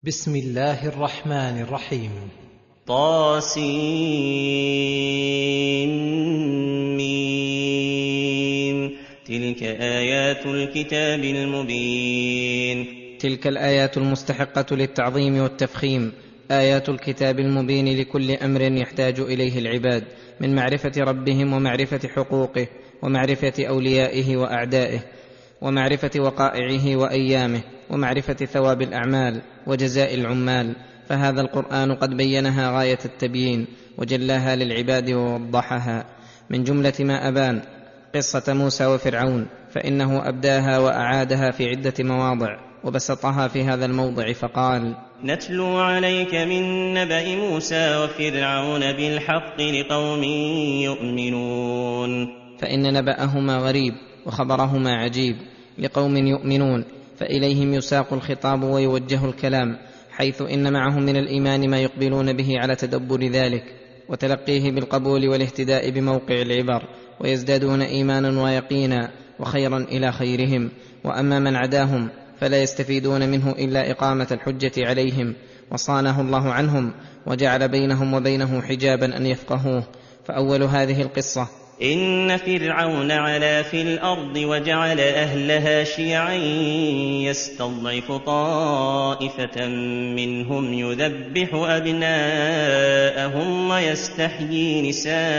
بسم الله الرحمن الرحيم. طاسين. تلك آيات الكتاب المبين. تلك الآيات المستحقة للتعظيم والتفخيم، آيات الكتاب المبين لكل أمر يحتاج إليه العباد من معرفة ربهم ومعرفة حقوقه ومعرفة أوليائه وأعدائه ومعرفة وقائعه وأيامه ومعرفة ثواب الأعمال وجزاء العمال. فهذا القرآن قد بينها غاية التبيين وجلاها للعباد ووضحها. من جملة ما أبان قصة موسى وفرعون، فإنه أبداها وأعادها في عدة مواضع وبسطها في هذا الموضع فقال: نتلو عليك من نبأ موسى وفرعون بالحق لقوم يؤمنون. فإن نبأهما غريب وخبرهما عجيب لقوم يؤمنون، فإليهم يساق الخطاب ويوجه الكلام، حيث إن معهم من الإيمان ما يقبلون به على تدبر ذلك وتلقيه بالقبول والاهتداء بموقع العبر، ويزدادون إيمانا ويقينا وخيرا إلى خيرهم. وأما من عداهم فلا يستفيدون منه إلا إقامة الحجة عليهم، وصانه الله عنهم وجعل بينهم وبينه حجابا أن يفقهوه. فأول هذه القصة: إن فرعون علا في الأرض وجعل أهلها شيعا يستضعف طائفة منهم يذبح أبناءهم ويستحيي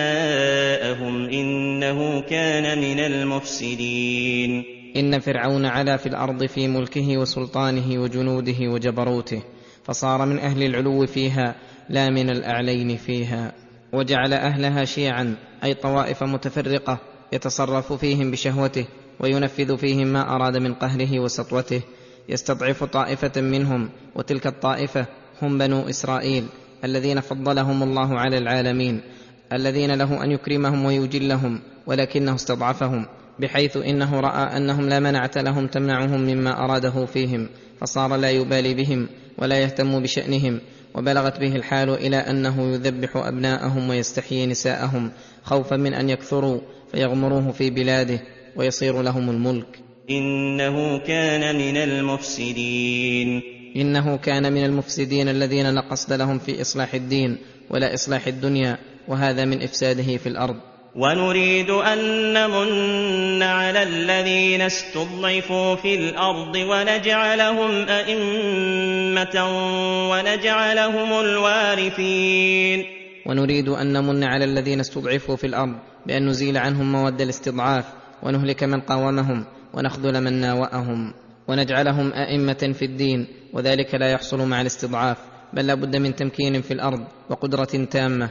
نساءهم إنه كان من المفسدين. إن فرعون علا في الأرض في ملكه وسلطانه وجنوده وجبروته، فصار من أهل العلو فيها لا من الأعلين فيها، وجعل أهلها شيعا أي طوائف متفرقة يتصرف فيهم بشهوته وينفذ فيهم ما أراد من قهره وسطوته. يستضعف طائفة منهم، وتلك الطائفة هم بنو إسرائيل الذين فضلهم الله على العالمين، الذين له أن يكرمهم ويجلهم، ولكنه استضعفهم بحيث إنه رأى أنهم لا منعة لهم تمنعهم مما أراده فيهم، فصار لا يبالي بهم ولا يهتم بشأنهم، وبلغت به الحال إلى أنه يذبح أبناءهم ويستحيي نساءهم خوفا من أن يكثروا فيغمروه في بلاده ويصير لهم الملك. إنه كان من المفسدين. إنه كان من المفسدين الذين لا قصد لهم في إصلاح الدين ولا إصلاح الدنيا، وهذا من إفساده في الأرض. ونريد أن نمن على الذين استضعفوا في الأرض ونجعلهم أئمة ونجعلهم الوارثين. ونريد أن نمن على الذين استضعفوا في الأرض بأن نزيل عنهم مواد الاستضعاف ونهلك من قاومهم ونخذل من ناوأهم ونجعلهم أئمة في الدين، وذلك لا يحصل مع الاستضعاف، بل لا بد من تمكين في الأرض وقدرة تامة.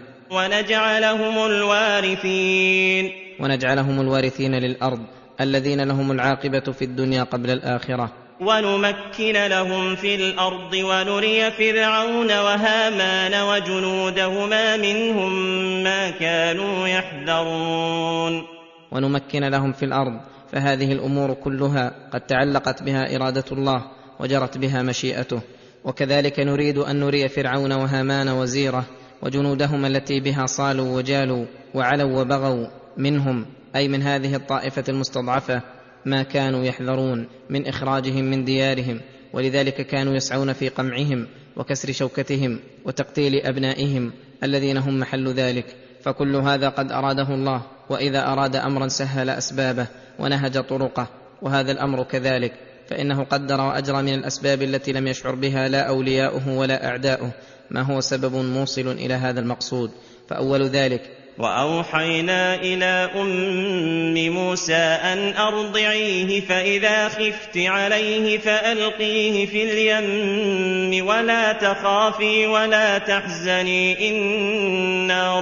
ونجعلهم الوارثين للأرض الذين لهم العاقبة في الدنيا قبل الآخرة. ونمكن لهم في الأرض ونري فرعون وهامان وجنودهما منهم ما كانوا يحذرون. ونمكن لهم في الأرض، فهذه الأمور كلها قد تعلقت بها إرادة الله وجرت بها مشيئته. وكذلك نريد أن نري فرعون وهامان وزيرة وجنودهم التي بها صالوا وجالوا وعلوا وبغوا منهم، أي من هذه الطائفة المستضعفة، ما كانوا يحذرون من إخراجهم من ديارهم، ولذلك كانوا يسعون في قمعهم وكسر شوكتهم وتقتيل أبنائهم الذين هم محل ذلك. فكل هذا قد أراده الله، وإذا أراد أمرا سهل أسبابه ونهج طرقه، وهذا الأمر كذلك، فإنه قدر وأجرى من الأسباب التي لم يشعر بها لا أولياؤه ولا أعداؤه ما هو سبب موصل إلى هذا المقصود. فأول ذلك: وأوحينا إلى أم موسى أن أرضعيه فإذا خفت عليه فألقيه في اليم ولا تخافي ولا تحزني إنا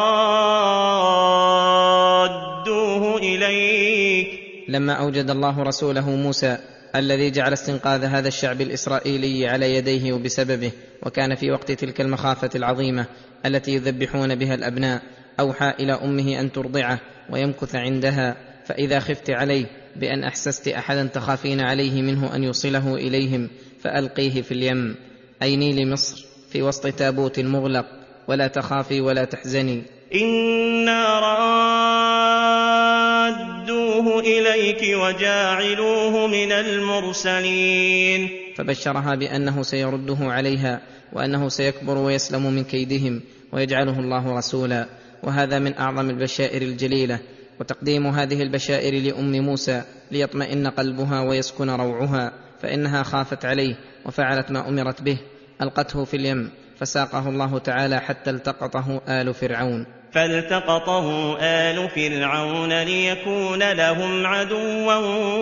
رادوه إليك. لما أوجد الله رسوله موسى الذي جعل استنقاذ هذا الشعب الإسرائيلي على يديه وبسببه، وكان في وقت تلك المخافة العظيمة التي يذبحون بها الأبناء، أوحى إلى أمه أن ترضعه ويمكث عندها، فإذا خفت عليه بأن أحسست أحدا تخافين عليه منه أن يوصله إليهم فألقيه في اليم، أي نيل مصر، في وسط تابوت مغلق، ولا تخافي ولا تحزني إنا رادوه إليك وجاعلوه من المرسلين. فبشرها بأنه سيرده عليها وأنه سيكبر ويسلم من كيدهم ويجعله الله رسولا. وهذا من أعظم البشائر الجليلة، وتقديم هذه البشائر لأم موسى ليطمئن قلبها ويسكن روعها، فإنها خافت عليه وفعلت ما أمرت به، ألقته في اليم فساقه الله تعالى حتى التقطه آل فرعون. فالتقطه آل فرعون ليكون لهم عدوا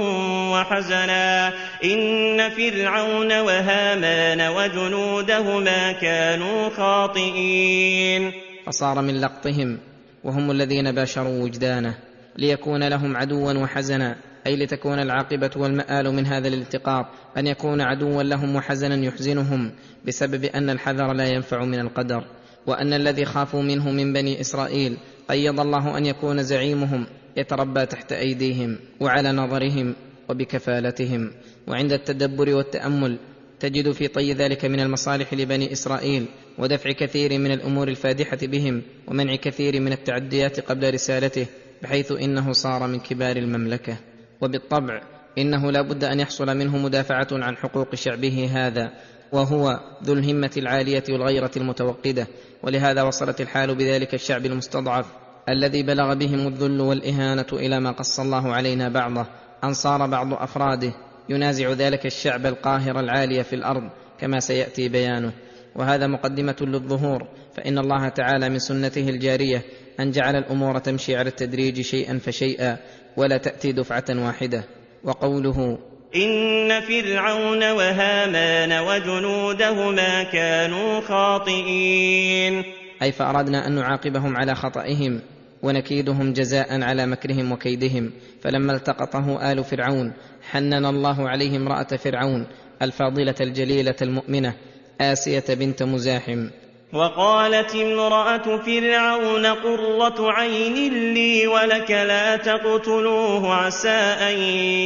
وحزنا إن فرعون وهامان وجنودهما كانوا خاطئين. فصار من لقطهم وهم الذين باشروا وجدانه ليكون لهم عدوا وحزنا، أي لتكون العاقبة والمآل من هذا الالتقاط أن يكون عدوا لهم وحزنا يحزنهم بسبب أن الحذر لا ينفع من القدر، وأن الذي خافوا منه من بني إسرائيل قيض الله أن يكون زعيمهم يتربى تحت أيديهم وعلى نظرهم وبكفالتهم. وعند التدبر والتأمل تجد في طي ذلك من المصالح لبني إسرائيل ودفع كثير من الأمور الفادحة بهم ومنع كثير من التعديات قبل رسالته، بحيث إنه صار من كبار المملكة. وبالطبع إنه لا بد أن يحصل منه مدافعة عن حقوق شعبه هذا، وهو ذو الهمة العالية والغيرة المتوقدة. ولهذا وصلت الحال بذلك الشعب المستضعف الذي بلغ بهم الذل والإهانة إلى ما قص الله علينا بعضه، أن صار بعض أفراده ينازع ذلك الشعب القاهر العالي في الأرض كما سيأتي بيانه. وهذا مقدمة للظهور، فإن الله تعالى من سنته الجارية أن جعل الأمور تمشي على التدريج شيئا فشيئا ولا تأتي دفعة واحدة. وقوله إن فرعون وهامان وجنودهما كانوا خاطئين، أي فأردنا أن نعاقبهم على خطئهم ونكيدهم جزاء على مكرهم وكيدهم. فلما التقطه آل فرعون حنن الله عليه امرأة فرعون الفاضلة الجليلة المؤمنة آسية بنت مزاحم. وقالت امرأة فرعون قرة عين لي ولك لا تقتلوه عسى أن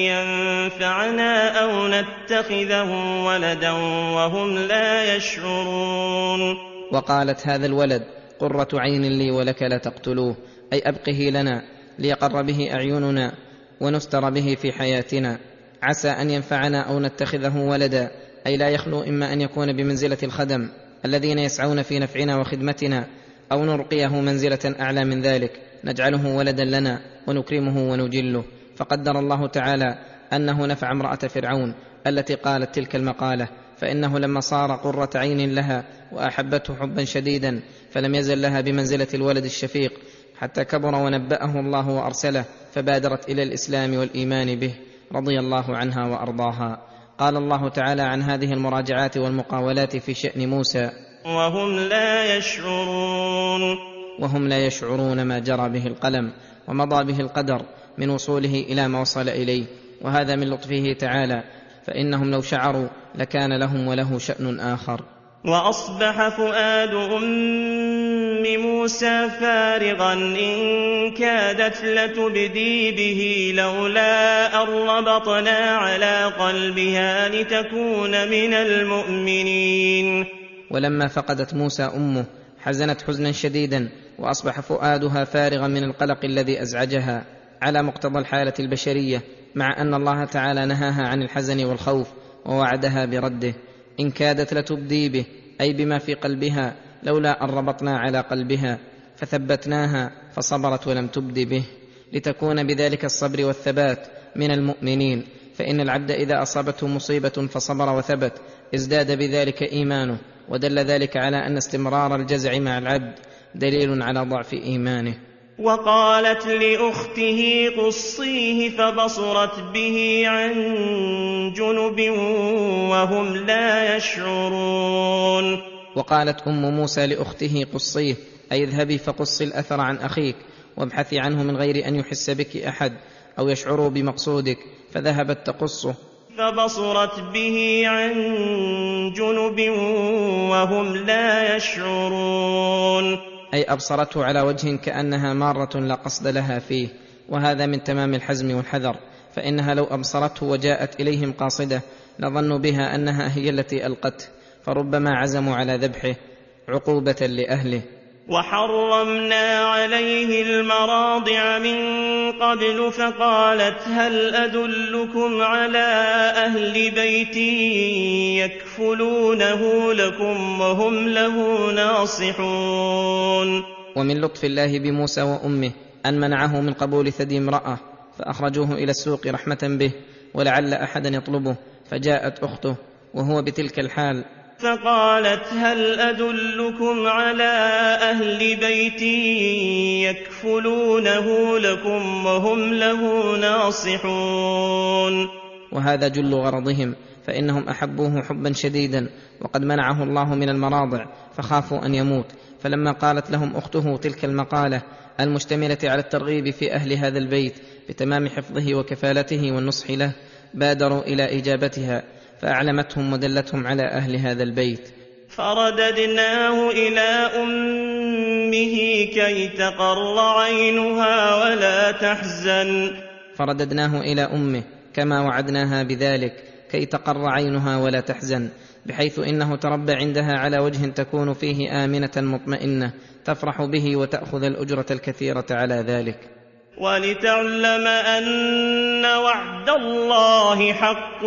ينفعنا أو نتخذه ولدا وهم لا يشعرون. وقالت هذا الولد قرة عين لي ولك لا تقتلوه، أي أبقه لنا ليقر به أعيننا ونستر به في حياتنا، عسى أن ينفعنا أو نتخذه ولدا، أي لا يخلو إما أن يكون بمنزلة الخدم الذين يسعون في نفعنا وخدمتنا، أو نرقيه منزلة أعلى من ذلك نجعله ولدا لنا ونكرمه ونجله. فقدر الله تعالى أنه نفع امرأة فرعون التي قالت تلك المقالة، فإنه لما صار قرة عين لها وأحبته حبا شديدا فلم يزل لها بمنزلة الولد الشفيق حتى كبر ونبأه الله وأرسله، فبادرت إلى الإسلام والإيمان به رضي الله عنها وأرضاها. قال الله تعالى عن هذه المراجعات والمقاولات في شأن موسى وهم لا يشعرون ما جرى به القلم ومضى به القدر من وصوله إلى ما وصل إليه، وهذا من لطفه تعالى، فإنهم لو شعروا لكان لهم وله شأن آخر. وأصبح فؤاد أم موسى فارغا إن كادت لتبدي به لولا أن ربطنا على قلبها لتكون من المؤمنين. ولما فقدت موسى أمه حزنت حزنا شديدا، وأصبح فؤادها فارغا من القلق الذي أزعجها على مقتضى الحالة البشرية، مع أن الله تعالى نهاها عن الحزن والخوف ووعدها برده. إن كادت لتبدي به، أي بما في قلبها، لولا أن ربطنا على قلبها فثبتناها فصبرت ولم تبدي به، لتكون بذلك الصبر والثبات من المؤمنين. فإن العبد إذا أصابته مصيبة فصبر وثبت ازداد بذلك إيمانه، ودل ذلك على أن استمرار الجزع مع العبد دليل على ضعف إيمانه. وقالت لأخته قصيه فبصرت به عن جنب وهم لا يشعرون. وقالت أم موسى لأخته قصيه، أي اذهبي فقصي الأثر عن أخيك وابحثي عنه من غير أن يحس بك أحد أو يشعروا بمقصودك، فذهبت تقصه فبصرت به عن جنب وهم لا يشعرون، أي أبصرته على وجه كأنها مارة لا قصد لها فيه، وهذا من تمام الحزم والحذر، فإنها لو أبصرته وجاءت إليهم قاصدة لظنوا بها أنها هي التي ألقته، فربما عزموا على ذبحه عقوبة لأهله. وحرمنا عليه المراضع من قبل فقالت هل أدلكم على أهل بيت يكفلونه لكم وهم له ناصحون. ومن لطف الله بموسى وأمه أن منعه من قبول ثدي امرأة فأخرجوه إلى السوق رحمة به ولعل أحدا يطلبه، فجاءت أخته وهو بتلك الحال فقالت هل أدلكم على أهل بيت يكفلونه لكم وهم له ناصحون. وهذا جل غرضهم، فإنهم أحبوه حبا شديدا وقد منعه الله من المراضع فخافوا أن يموت، فلما قالت لهم أخته تلك المقالة المشتملة على الترغيب في أهل هذا البيت بتمام حفظه وكفالته والنصح له بادروا إلى إجابتها، فأعلمتهم ودلتهم على أهل هذا البيت. فرددناه إلى أمه كي تقر عينها ولا تحزن. فرددناه إلى أمه كما وعدناها بذلك كي تقر عينها ولا تحزن، بحيث إنه تربى عندها على وجه تكون فيه آمنة مطمئنة تفرح به وتأخذ الأجرة الكثيرة على ذلك. ولتعلم أن وعد الله حق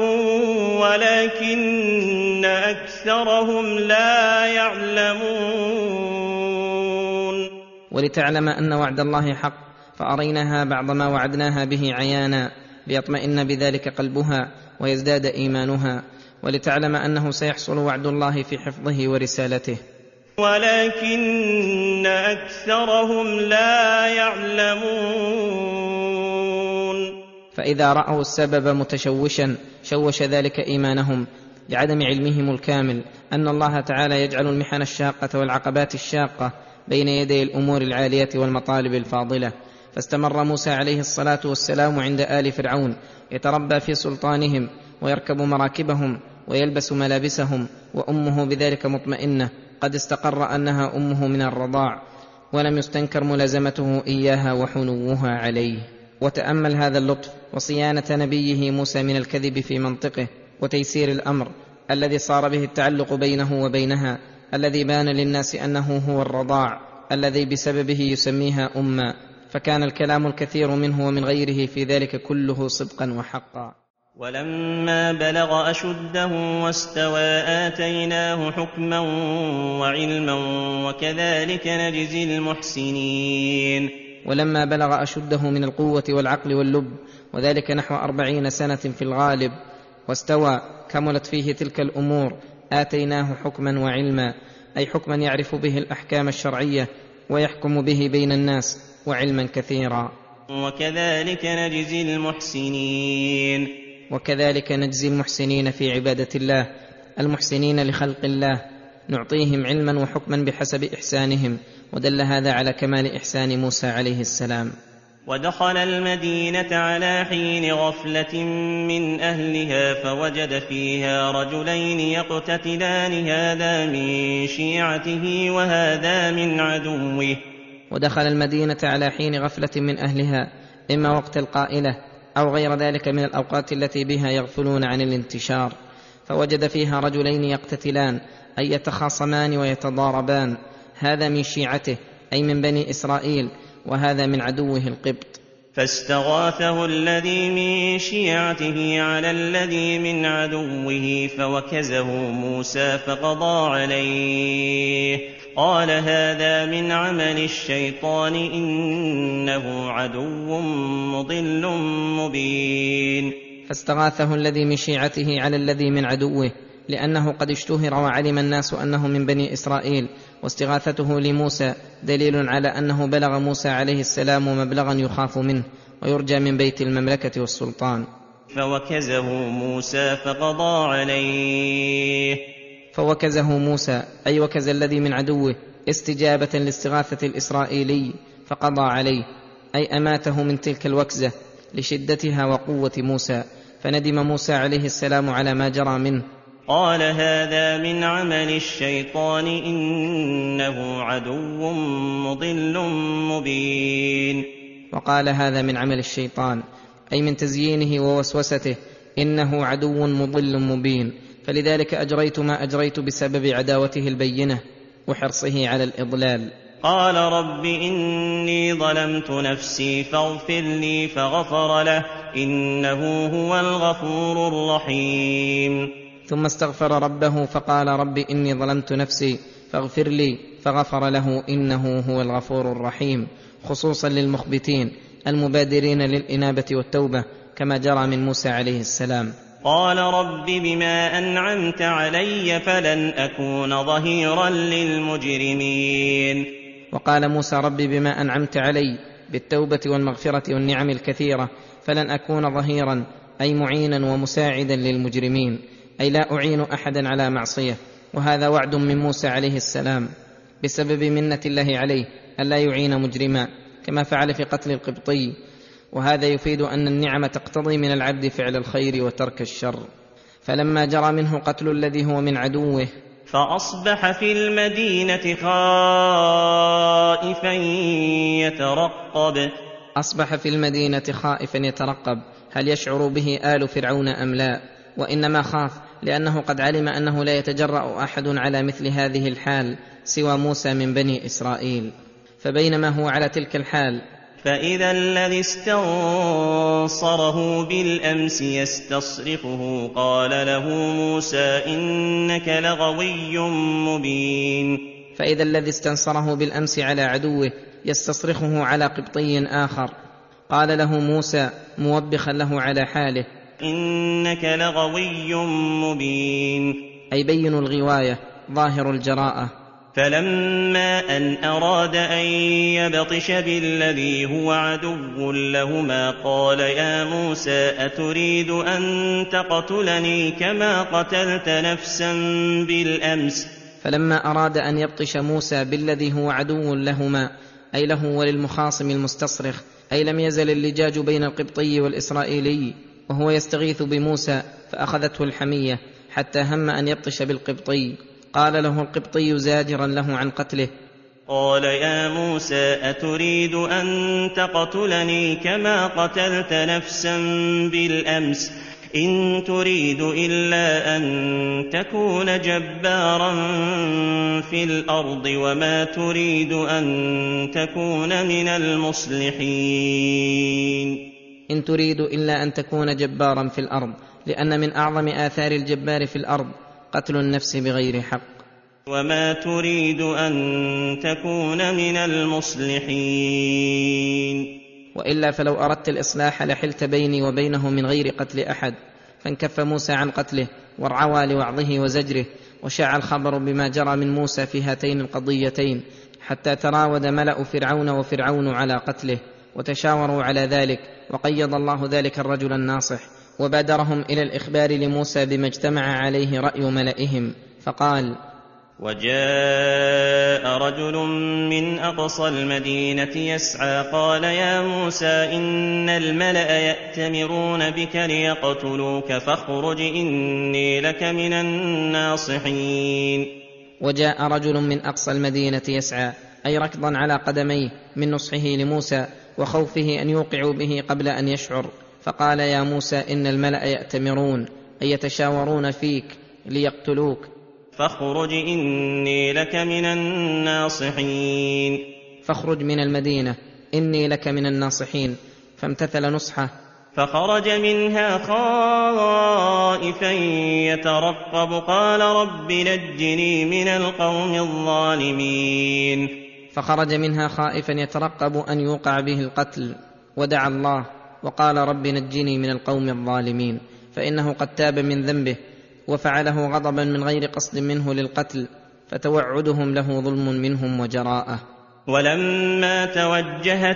ولكن أكثرهم لا يعلمون. ولتعلم أن وعد الله حق فأريناها بعض ما وعدناها به عيانا ليطمئن بذلك قلبها ويزداد إيمانها، ولتعلم أنه سيحصل وعد الله في حفظه ورسالته ولكن أكثرهم لا يعلمون. فإذا رأوا السبب متشوشا شوش ذلك إيمانهم لعدم علمهم الكامل أن الله تعالى يجعل المحن الشاقة والعقبات الشاقة بين يدي الأمور العالية والمطالب الفاضلة. فاستمر موسى عليه الصلاة والسلام عند آل فرعون يتربى في سلطانهم ويركب مراكبهم ويلبس ملابسهم، وأمه بذلك مطمئنة قد استقر أنها أمه من الرضاع، ولم يستنكر ملازمته إياها وحنوها عليه. وتأمل هذا اللطف وصيانة نبيه موسى من الكذب في منطقه وتيسير الأمر الذي صار به التعلق بينه وبينها، الذي بان للناس أنه هو الرضاع الذي بسببه يسميها أمًا، فكان الكلام الكثير منه ومن غيره في ذلك كله صدقا وحقا. ولما بلغ أشده واستوى آتيناه حكما وعلما وكذلك نجزي المحسنين. ولما بلغ أشده من القوة والعقل واللب، وذلك نحو 40 سنة في الغالب، واستوى كملت فيه تلك الأمور، آتيناه حكما وعلما، أي حكما يعرف به الأحكام الشرعية ويحكم به بين الناس، وعلما كثيرا. وكذلك نجزي المحسنين. وكذلك نجزي المحسنين في عبادة الله، المحسنين لخلق الله، نعطيهم علما وحكما بحسب إحسانهم، ودل هذا على كمال إحسان موسى عليه السلام. ودخل المدينة على حين غفلة من أهلها فوجد فيها رجلين يقتتلان هذا من شيعته وهذا من عدوه. ودخل المدينة على حين غفلة من أهلها، إما وقت القائلة أو غير ذلك من الأوقات التي بها يغفلون عن الانتشار، فوجد فيها رجلين يقتتلان أي يتخاصمان ويتضاربان، هذا من شيعته أي من بني إسرائيل، وهذا من عدوه القبط. فاستغاثه الذي من شيعته على الذي من عدوه فوكزه موسى فقضى عليه، قال هذا من عمل الشيطان إنه عدو مضل مبين. فاستغاثه الذي من شيعته على الذي من عدوه، لأنه قد اشتهر وعلم الناس أنه من بني إسرائيل، واستغاثته لموسى دليل على أنه بلغ موسى عليه السلام مبلغا يخاف منه ويرجى من بيت المملكة والسلطان. فوكزه موسى فقضى عليه. فوكزه موسى أي وكز الذي من عدوه استجابة لاستغاثة الإسرائيلي، فقضى عليه أي أماته من تلك الوكزة لشدتها وقوة موسى، فندم موسى عليه السلام على ما جرى منه، قال هذا من عمل الشيطان إنه عدو مضل مبين. وقال هذا من عمل الشيطان أي من تزيينه ووسوسته، إنه عدو مضل مبين، فلذلك أجريت ما أجريت بسبب عداوته البينة وحرصه على الإضلال. قال رب إني ظلمت نفسي فاغفر لي فغفر له إنه هو الغفور الرحيم. ثم استغفر ربه فقال رب إني ظلمت نفسي فاغفر لي فغفر له إنه هو الغفور الرحيم، خصوصا للمخبتين المبادرين للإنابة والتوبة كما جرى من موسى عليه السلام. قال رب بما أنعمت علي فلن أكون ظهيرا للمجرمين. وقال موسى رب بما أنعمت علي بالتوبة والمغفرة والنعم الكثيرة فلن أكون ظهيرا، أي معينا ومساعدا للمجرمين، أي لا أعين أحدا على معصية. وهذا وعد من موسى عليه السلام بسبب منة الله عليه ألا يعين مجرما كما فعل في قتل القبطي. وهذا يفيد أن النعمة تقتضي من العبد فعل الخير وترك الشر. فلما جرى منه قتل الذي هو من عدوه فأصبح في المدينة خائفا يترقب. أصبح في المدينة خائفا يترقب، هل يشعر به آل فرعون أم لا؟ وإنما خاف لأنه قد علم أنه لا يتجرأ أحد على مثل هذه الحال سوى موسى من بني إسرائيل. فبينما هو على تلك الحال فإذا الذي استنصره بالأمس يستصرخه قال له موسى إنك لغوي مبين. فإذا الذي استنصره بالأمس على عدوه يستصرخه على قبطي آخر قال له موسى موبخا له على حاله إنك لغوي مبين، أي بين الغواية ظاهر الجراءة. فلما أن أراد أن يبطش بالذي هو عدو لهما قال يا موسى أتريد أن تقتلني كما قتلت نفسا بالأمس. فلما أراد أن يبطش موسى بالذي هو عدو لهما، أي له وللمخاصم المستصرخ، أي لم يزل اللجاج بين القبطي والإسرائيلي وهو يستغيث بموسى فأخذته الحمية حتى هم أن يبطش بالقبطي. قال له القبطي زاجرا له عن قتله قال يا موسى أتريد أن تقتلني كما قتلت نفسا بالأمس إن تريد إلا أن تكون جبارا في الأرض وما تريد أن تكون من المصلحين. إن تريد إلا أن تكون جبارا في الأرض، لأن من أعظم آثار الجبار في الأرض قتل النفس بغير حق. وما تريد أن تكون من المصلحين. وإلا فلو أردت الإصلاح لحلت بيني وبينه من غير قتل أحد. فانكف موسى عن قتله وارعوى لوعظه وزجره، وشاع الخبر بما جرى من موسى في هاتين القضيتين حتى تراود ملأ فرعون وفرعون على قتله وتشاوروا على ذلك، وقيض الله ذلك الرجل الناصح وبادرهم إلى الإخبار لموسى بما اجتمع عليه رأي ملئهم. فقال وجاء رجل من أقصى المدينة يسعى قال يا موسى إن الملأ يأتمرون بك ليقتلوك فاخرج إني لك من الناصحين. وجاء رجل من أقصى المدينة يسعى، أي ركضا على قدميه من نصحه لموسى وخوفه أن يوقعوا به قبل أن يشعر. فقال يا موسى إن الملأ يأتمرون، أي يتشاورون فيك ليقتلوك، فاخرج إني لك من الناصحين. فاخرج من المدينة إني لك من الناصحين. فامتثل نصحه فخرج منها خائفا يترقب قال رب نجني من القوم الظالمين. فخرج منها خائفا يترقب أن يوقع به القتل، ودعا الله وقال رب نجني من القوم الظالمين، فإنه قد تاب من ذنبه وفعله غضبا من غير قصد منه للقتل، فتوعدهم له ظلم منهم وجراءة. ولما توجه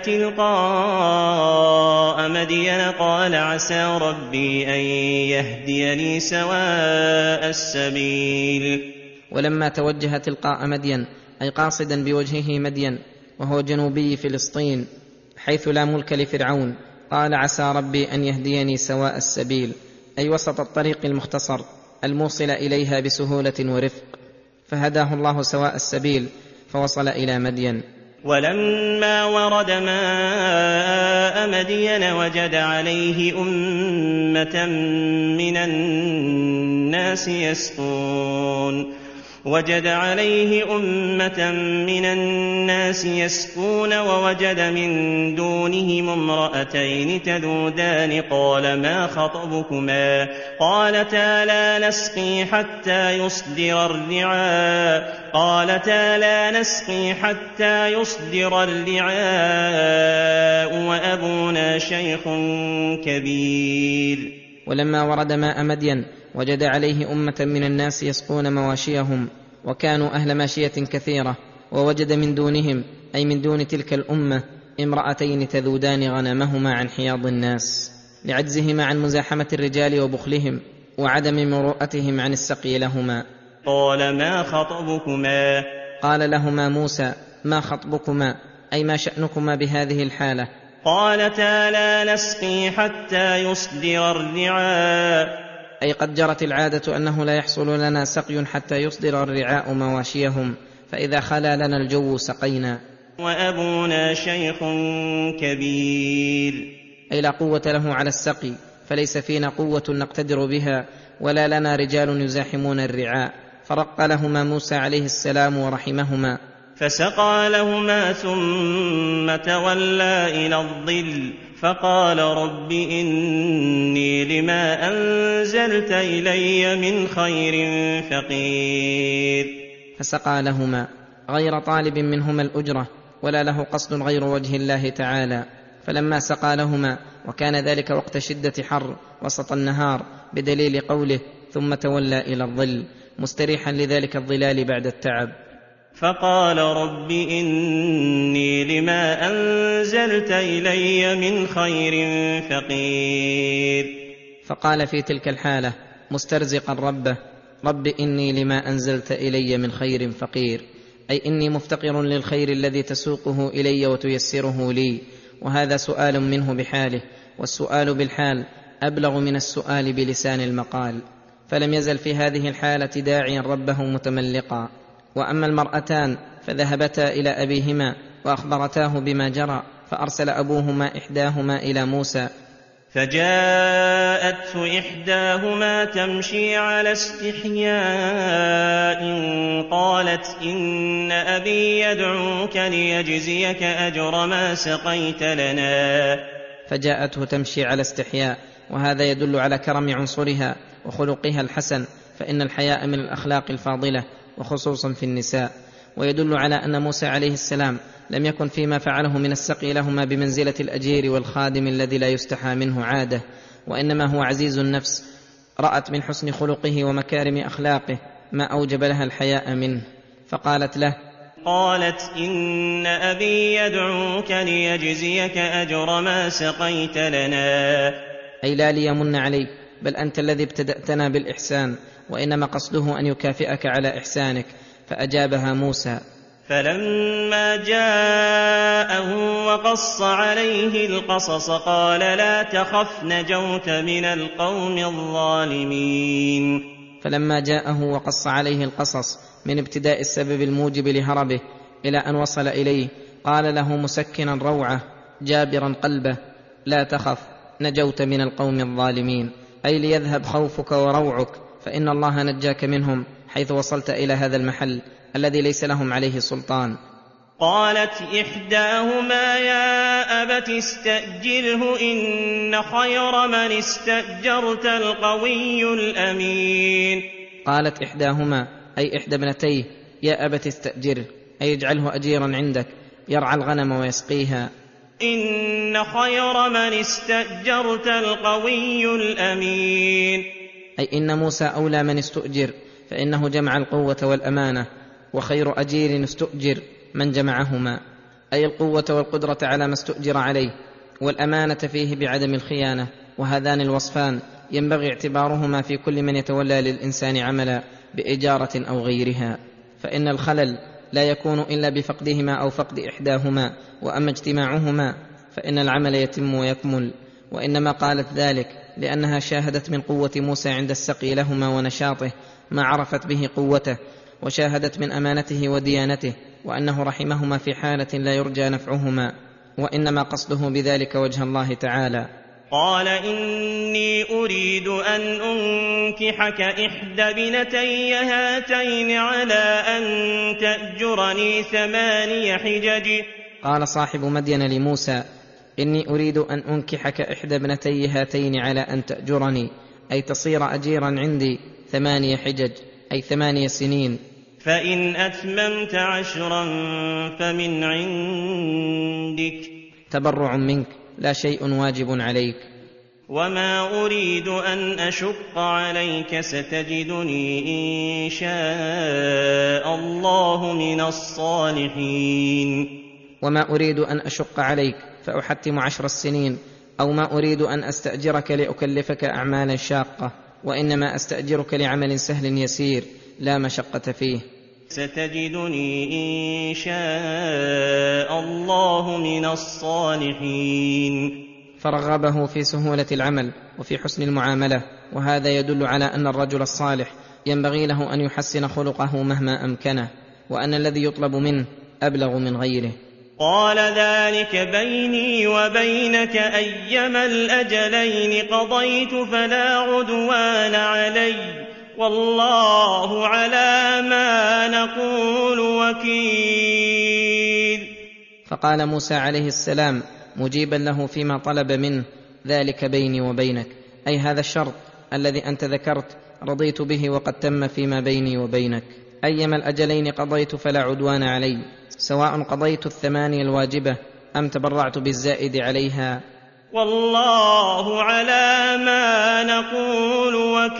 تلقاء مدين قال عسى ربي أن يهديني سواء السبيل. ولما توجه تلقاء مدين، أي قاصدا بوجهه مدين وهو جنوبي فلسطين حيث لا ملك لفرعون، قال عسى ربي أن يهديني سواء السبيل، أي وسط الطريق المختصر الموصل إليها بسهولة ورفق، فهداه الله سواء السبيل فوصل إلى مدين. ولما ورد ماء مدين وجد عليه أمة من الناس يسقون وجد عليه أمة من الناس يسقون ووجد من دونهم امرأتين تذودان قال ما خطبكما قالتا لا نسقي حتى يصدر الرعاء وأبونا شيخ كبير. ولما ورد ماء مدين وجد عليه أمة من الناس يسقون مواشيهم وكانوا أهل ماشية كثيرة، ووجد من دونهم أي من دون تلك الأمة امرأتين تذودان غنمهما عن حياض الناس لعجزهما عن مزاحمة الرجال وبخلهم وعدم مروءتهم عن السقي لهما. قال ما خطبكما قال لهما موسى ما خطبكما أي ما شأنكما بهذه الحالة؟ قالتا لا نسقي حتى يصدر الرعاء أي قد جرت العادة أنه لا يحصل لنا سقي حتى يصدر الرعاء مواشيهم، فإذا خلا لنا الجو سقينا. وأبونا شيخ كبير أي لا قوة له على السقي، فليس فينا قوة نقتدر بها ولا لنا رجال يزاحمون الرعاء، فرق لهما موسى عليه السلام ورحمهما فسقى لهما ثم تولى إلى الظل فقال رب إني لما أنزلت إلي من خير فقير. فسقى لهما غير طالب منهما الأجرة ولا له قصد غير وجه الله تعالى. فلما سقى لهما وكان ذلك وقت شدة حر وسط النهار بدليل قوله ثم تولى إلى الظل مستريحا لذلك الظلال بعد التعب، فقال رب إني لما أنزلت إلي من خير فقير. فقال في تلك الحالة مسترزقا ربه رب إني لما أنزلت إلي من خير فقير، أي إني مفتقر للخير الذي تسوقه إلي وتيسره لي. وهذا سؤال منه بحاله، والسؤال بالحال أبلغ من السؤال بلسان المقال، فلم يزل في هذه الحالة داعيا ربه متملقا. وأما المرأتان فذهبتا إلى أبيهما وأخبرتاه بما جرى، فأرسل أبوهما إحداهما إلى موسى فجاءته إحداهما تمشي على استحياء قالت إن أبي يدعوك ليجزيك أجر ما سقيت لنا. فجاءته تمشي على استحياء، وهذا يدل على كرم عنصرها وخلقها الحسن، فإن الحياء من الأخلاق الفاضلة وخصوصا في النساء. ويدل على أن موسى عليه السلام لم يكن فيما فعله من السقي لهما بمنزلة الأجير والخادم الذي لا يستحى منه عادة، وإنما هو عزيز النفس، رأت من حسن خلقه ومكارم أخلاقه ما أوجب لها الحياء منه، فقالت له قالت إن أبي يدعوك ليجزيك أجر ما سقيت لنا، أي لا ليمن عليك، بل أنت الذي ابتدأتنا بالإحسان، وإنما قصده أن يكافئك على إحسانك. فأجابها موسى فلما جاءه وقص عليه القصص قال لا تخف نجوت من القوم الظالمين. فلما جاءه وقص عليه القصص من ابتداء السبب الموجب لهربه إلى أن وصل إليه قال له مسكنا روعه جابرا قلبه لا تخف نجوت من القوم الظالمين، أي ليذهب خوفك وروعك، فإن الله نجاك منهم حيث وصلت إلى هذا المحل الذي ليس لهم عليه سلطان. قالت إحداهما يا أبت استأجره إن خير من استأجرت القوي الأمين. قالت إحداهما أي إحدى ابنتيه يا أبت استأجره، أي اجعله أجيرا عندك يرعى الغنم ويسقيها. إن خير من استأجرت القوي الأمين، أي إن موسى أولى من استؤجر، فإنه جمع القوة والأمانة، وخير أجير استؤجر من جمعهما، أي القوة والقدرة على ما استؤجر عليه، والأمانة فيه بعدم الخيانة. وهذان الوصفان ينبغي اعتبارهما في كل من يتولى للإنسان عملا بإجارة أو غيرها، فإن الخلل لا يكون إلا بفقدهما أو فقد إحداهما، وأما اجتماعهما فإن العمل يتم ويكمل. وإنما قالت ذلك لأنها شاهدت من قوة موسى عند السقي لهما ونشاطه ما عرفت به قوته، وشاهدت من أمانته وديانته، وأنه رحمهما في حالة لا يرجى نفعهما، وإنما قصده بذلك وجه الله تعالى. قال إني أريد أن أنكحك إحدى ابنتي هاتين على أن تأجرني 8 حجج. قال صاحب مدين لموسى: إني أريد أن أنكحك إحدى ابنتي هاتين على أن تأجرني، أي تصير أجيرا عندي 8 حجج، أي 8 سنين. فإن أتممت 10 فمن عندك، تبرع منك، لا شيء واجب عليك. وما أريد أن أشق عليك، ستجدني إن شاء الله من الصالحين. وما أريد أن أشق عليك فأحتم 10 سنين، أو ما أريد أن أستأجرك لأكلفك أعمالا شاقة، وإنما أستأجرك لعمل سهل يسير لا مشقة فيه. ستجدني إن شاء الله من الصالحين. فرغبه في سهولة العمل وفي حسن المعاملة، وهذا يدل على أن الرجل الصالح ينبغي له أن يحسن خلقه مهما أمكنه، وأن الذي يطلب منه أبلغ من غيره. قال ذلك بيني وبينك، أيما الأجلين قضيت فلا عدوان علي، والله على ما نقول وكيل. فقال موسى عليه السلام مجيبا له فيما طلب منه: ذلك بيني وبينك، أي هذا الشرط الذي أنت ذكرت رضيت به وقد تم فيما بيني وبينك. أيما الأجلين قضيت فلا عدوان علي، سواء قضيت 8 الواجبة أم تبرعت بالزائد عليها، والله على ما نقول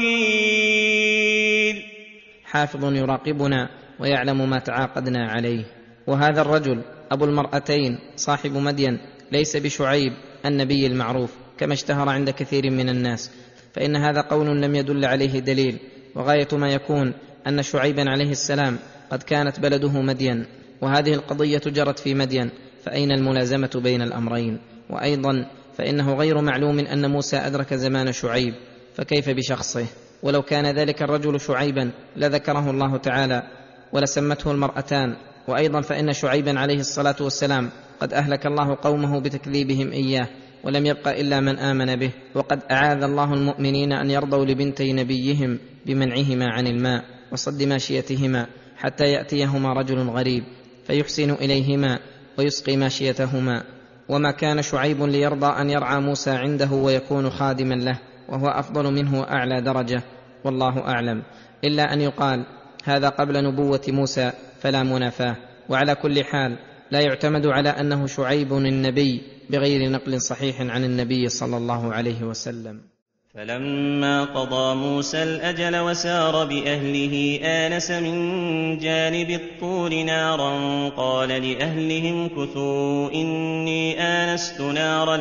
وكيل. حافظ يراقبنا ويعلم ما تعاقدنا عليه. وهذا الرجل أبو المرأتين صاحب مدين ليس بشعيب النبي المعروف كما اشتهر عند كثير من الناس، فإن هذا قول لم يدل عليه دليل، وغاية ما يكون أن شعيبا عليه السلام قد كانت بلده مدين، وهذه القضية جرت في مدين، فأين الملازمة بين الأمرين؟ وأيضا فإنه غير معلوم أن موسى أدرك زمان شعيب، فكيف بشخصه؟ ولو كان ذلك الرجل شعيبا لذكره الله تعالى ولسمته المرأتان. وأيضا فإن شعيبا عليه الصلاة والسلام قد أهلك الله قومه بتكذيبهم إياه، ولم يبق إلا من آمن به، وقد أعاذ الله المؤمنين أن يرضوا لبنتي نبيهم بمنعهما عن الماء وصد ماشيتهما حتى يأتيهما رجل غريب فيحسن إليهما ويسقي ماشيتهما. وما كان شعيب ليرضى أن يرعى موسى عنده ويكون خادما له، وهو أفضل منه وأعلى درجة، والله أعلم، إلا أن يقال هذا قبل نبوة موسى فلا منافاة. وعلى كل حال لا يعتمد على أنه شعيب النبي بغير نقل صحيح عن النبي صلى الله عليه وسلم. فلما قضى موسى الأجل وسار بأهله آنس من جانب الطور نارا قال لأهلهم كثوا إني آنست نارا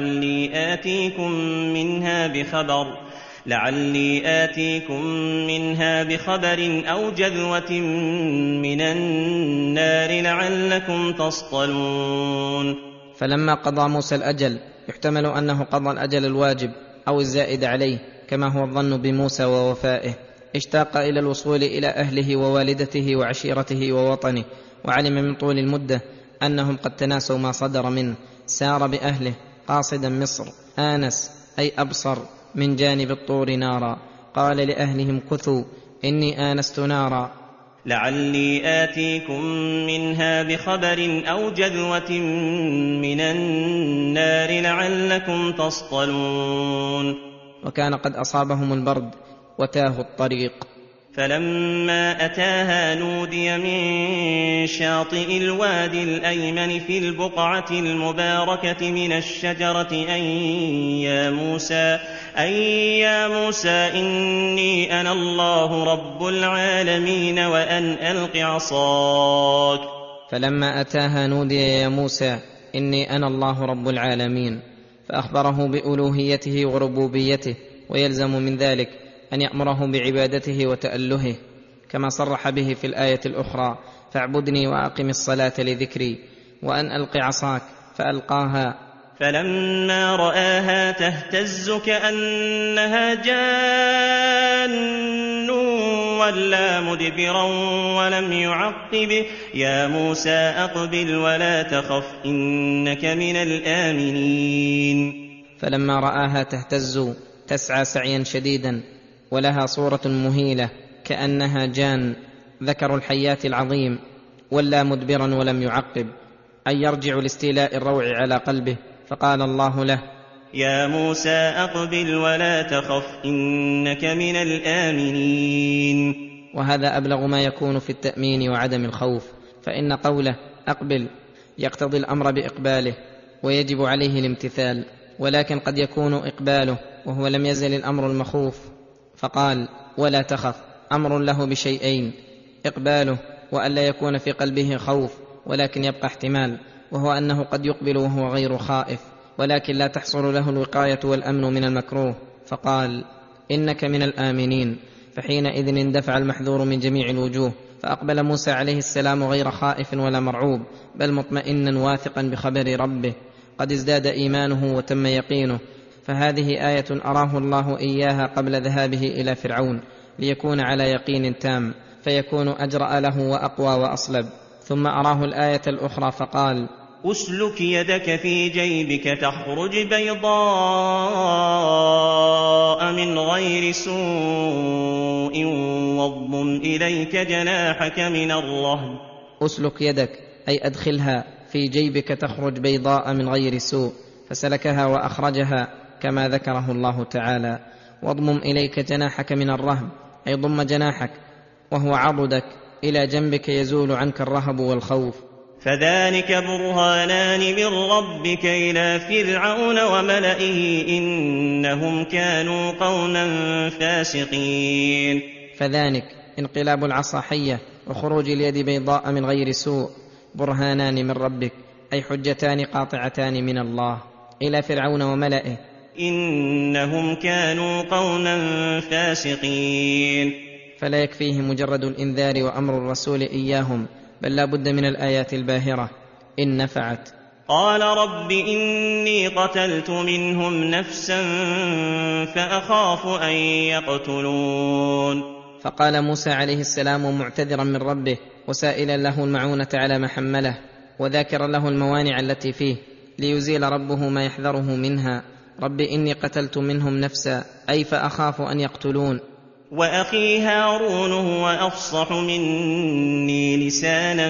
لعلي آتيكم منها بخبر أو جذوة من النار لعلكم تصطلون. فلما قضى موسى الأجل يحتمل أنه قضى الأجل الواجب أو الزائد عليه كما هو الظن بموسى ووفائه، اشتاق إلى الوصول إلى أهله ووالدته وعشيرته ووطنه، وعلم من طول المدة أنهم قد تناسوا ما صدر منه، سار بأهله قاصدا مصر، آنس أي أبصر من جانب الطور نارا، قال لأهلهم كثوا إني آنست نارا لعلي آتيكم منها بخبر أو جذوة من النار لعلكم تصطلون. وكان قد أصابهم البرد وتاهوا الطريق. فلما أتاها نودي من شاطئ الوادي الأيمن في البقعة المباركة من الشجرة أن يا موسى إني أنا الله رب العالمين وأن ألق عصاك. فلما أتاها نودي يا موسى إني أنا الله رب العالمين، فأخبره بألوهيته وربوبيته، ويلزم من ذلك أن يأمره بعبادته وتألهه كما صرح به في الآية الأخرى فاعبدني وأقم الصلاة لذكري، وأن ألق عصاك فألقاها فلما رآها تهتز كأنها جان ولا مدبرا ولم يعقب يا موسى أقبل ولا تخف إنك من الآمنين. فلما رآها تهتز تسعى سعيا شديدا ولها صورة مهيلة كأنها جان ذكر الحيات العظيم، ولى مدبرا ولم يعقب، أي يرجع لاستيلاء الروع على قلبه، فقال الله له: يا موسى أقبل ولا تخف إنك من الآمنين. وهذا أبلغ ما يكون في التأمين وعدم الخوف، فإن قوله أقبل يقتضي الأمر بإقباله ويجب عليه الامتثال، ولكن قد يكون إقباله وهو لم يزل الأمر المخوف، فقال ولا تخف أمر له بشيئين: إقباله وألا يكون في قلبه خوف، ولكن يبقى احتمال، وهو أنه قد يقبل وهو غير خائف، ولكن لا تحصل له الوقاية والأمن من المكروه، فقال إنك من الآمنين، فحينئذ اندفع المحذور من جميع الوجوه، فأقبل موسى عليه السلام غير خائف ولا مرعوب، بل مطمئنا واثقا بخبر ربه، قد ازداد إيمانه وتم يقينه. فهذه آية أراه الله إياها قبل ذهابه إلى فرعون ليكون على يقين تام، فيكون أجرأ له وأقوى وأصلب. ثم أراه الآية الأخرى فقال: أسلك يدك في جيبك تخرج بيضاء من غير سوء واضمم إليك جناحك من الرهب. أسلك يدك أي أدخلها في جيبك تخرج بيضاء من غير سوء، فسلكها وأخرجها كما ذكره الله تعالى. واضمم إليك جناحك من الرهب أي ضم جناحك وهو عضدك إلى جنبك يزول عنك الرهب والخوف. فذلك برهانان من ربك إلى فرعون وملئه إنهم كانوا قوما فاسقين. فذلك انقلاب العصا حية وخروج اليد بيضاء من غير سوء برهانان من ربك أي حجتان قاطعتان من الله إلى فرعون وملئه إنهم كانوا قوما فاسقين. فلا يكفيه مجرد الإنذار وأمر الرسول إياهم، بل لا بد من الآيات الباهرة إن نفعت. قال رب إني قتلت منهم نفسا فأخاف أن يقتلون. فقال موسى عليه السلام معتذرا من ربه وسائلا له المعونة على ما حمله، وذاكرا له الموانع التي فيه ليزيل ربه ما يحذره منها: رب إني قتلت منهم نفسا أي فأخاف أن يقتلون. وأخي هارون هو أفصح مني لسانا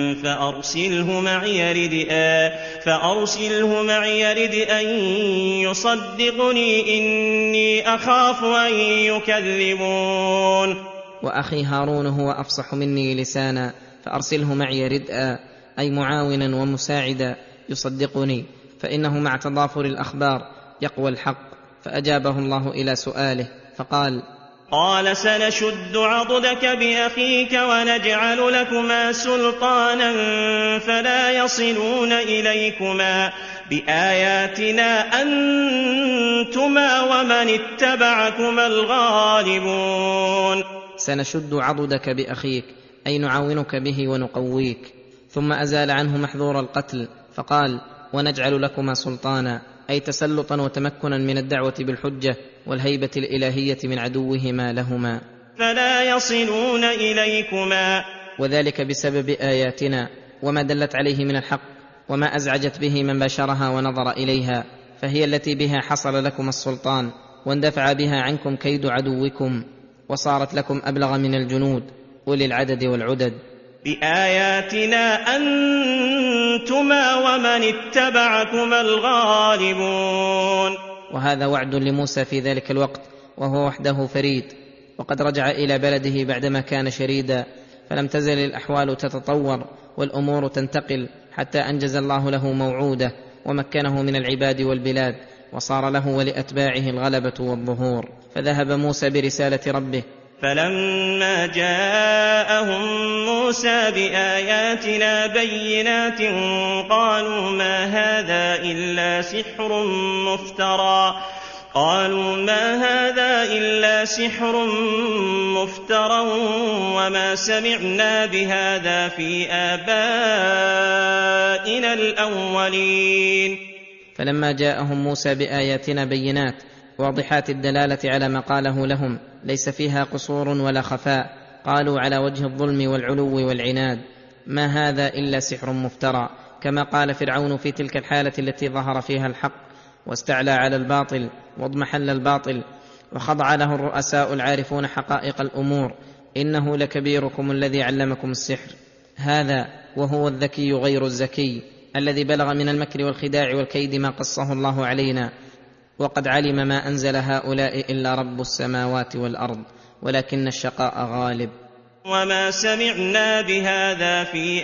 فأرسله معي رد أن يصدقني إني أخاف أن يكذبون. وأخي هارون هو أفصح مني لسانا فأرسله معي ردءا أي معاونا ومساعدا يصدقني، فإنه مع تضافر الأخبار يقوى الحق. فأجابه الله إلى سؤاله فقال: قال سنشد عضدك بأخيك ونجعل لكما سلطانا فلا يصلون إليكما بآياتنا أنتما ومن اتبعكما الغالبون. سنشد عضدك بأخيك أي نعاونك به ونقويك. ثم أزال عنه محذور القتل فقال: ونجعل لكما سلطانا أي تسلطا وتمكنا من الدعوة بالحجة والهيبة الإلهية من عدوهما لهما فلا يصلون إليكما، وذلك بسبب آياتنا وما دلت عليه من الحق وما أزعجت به من باشرها ونظر إليها، فهي التي بها حصل لكم السلطان واندفع بها عنكم كيد عدوكم، وصارت لكم أبلغ من الجنود أولي العدد والعدد. بآياتنا أنتما ومن اتبعكما الغالبون. وهذا وعد لموسى في ذلك الوقت وهو وحده فريد، وقد رجع إلى بلده بعدما كان شريدا، فلم تزل الأحوال تتطور والأمور تنتقل حتى أنجز الله له موعوده ومكنه من العباد والبلاد، وصار له ولأتباعه الغلبة والظهور. فذهب موسى برسالة ربه، فلما جاءهم موسى بآياتنا بينات قالوا ما هذا إلا سحر مفترى وما سمعنا بهذا في آبائنا الأولين. فلما جاءهم موسى بآياتنا بينات واضحات الدلالة على ما قاله لهم ليس فيها قصور ولا خفاء، قالوا على وجه الظلم والعلو والعناد: ما هذا إلا سحر مفترى، كما قال فرعون في تلك الحالة التي ظهر فيها الحق: واستعلى على الباطل واضمحل الباطل، وخضع له الرؤساء العارفون حقائق الأمور: إنه لكبيركم الذي علمكم السحر. هذا وهو الذكي غير الزكي الذي بلغ من المكر والخداع والكيد ما قصه الله علينا، وقد علم ما أنزل هؤلاء إلا رب السماوات والأرض، ولكن الشقاء غالب. وما سمعنا بهذا في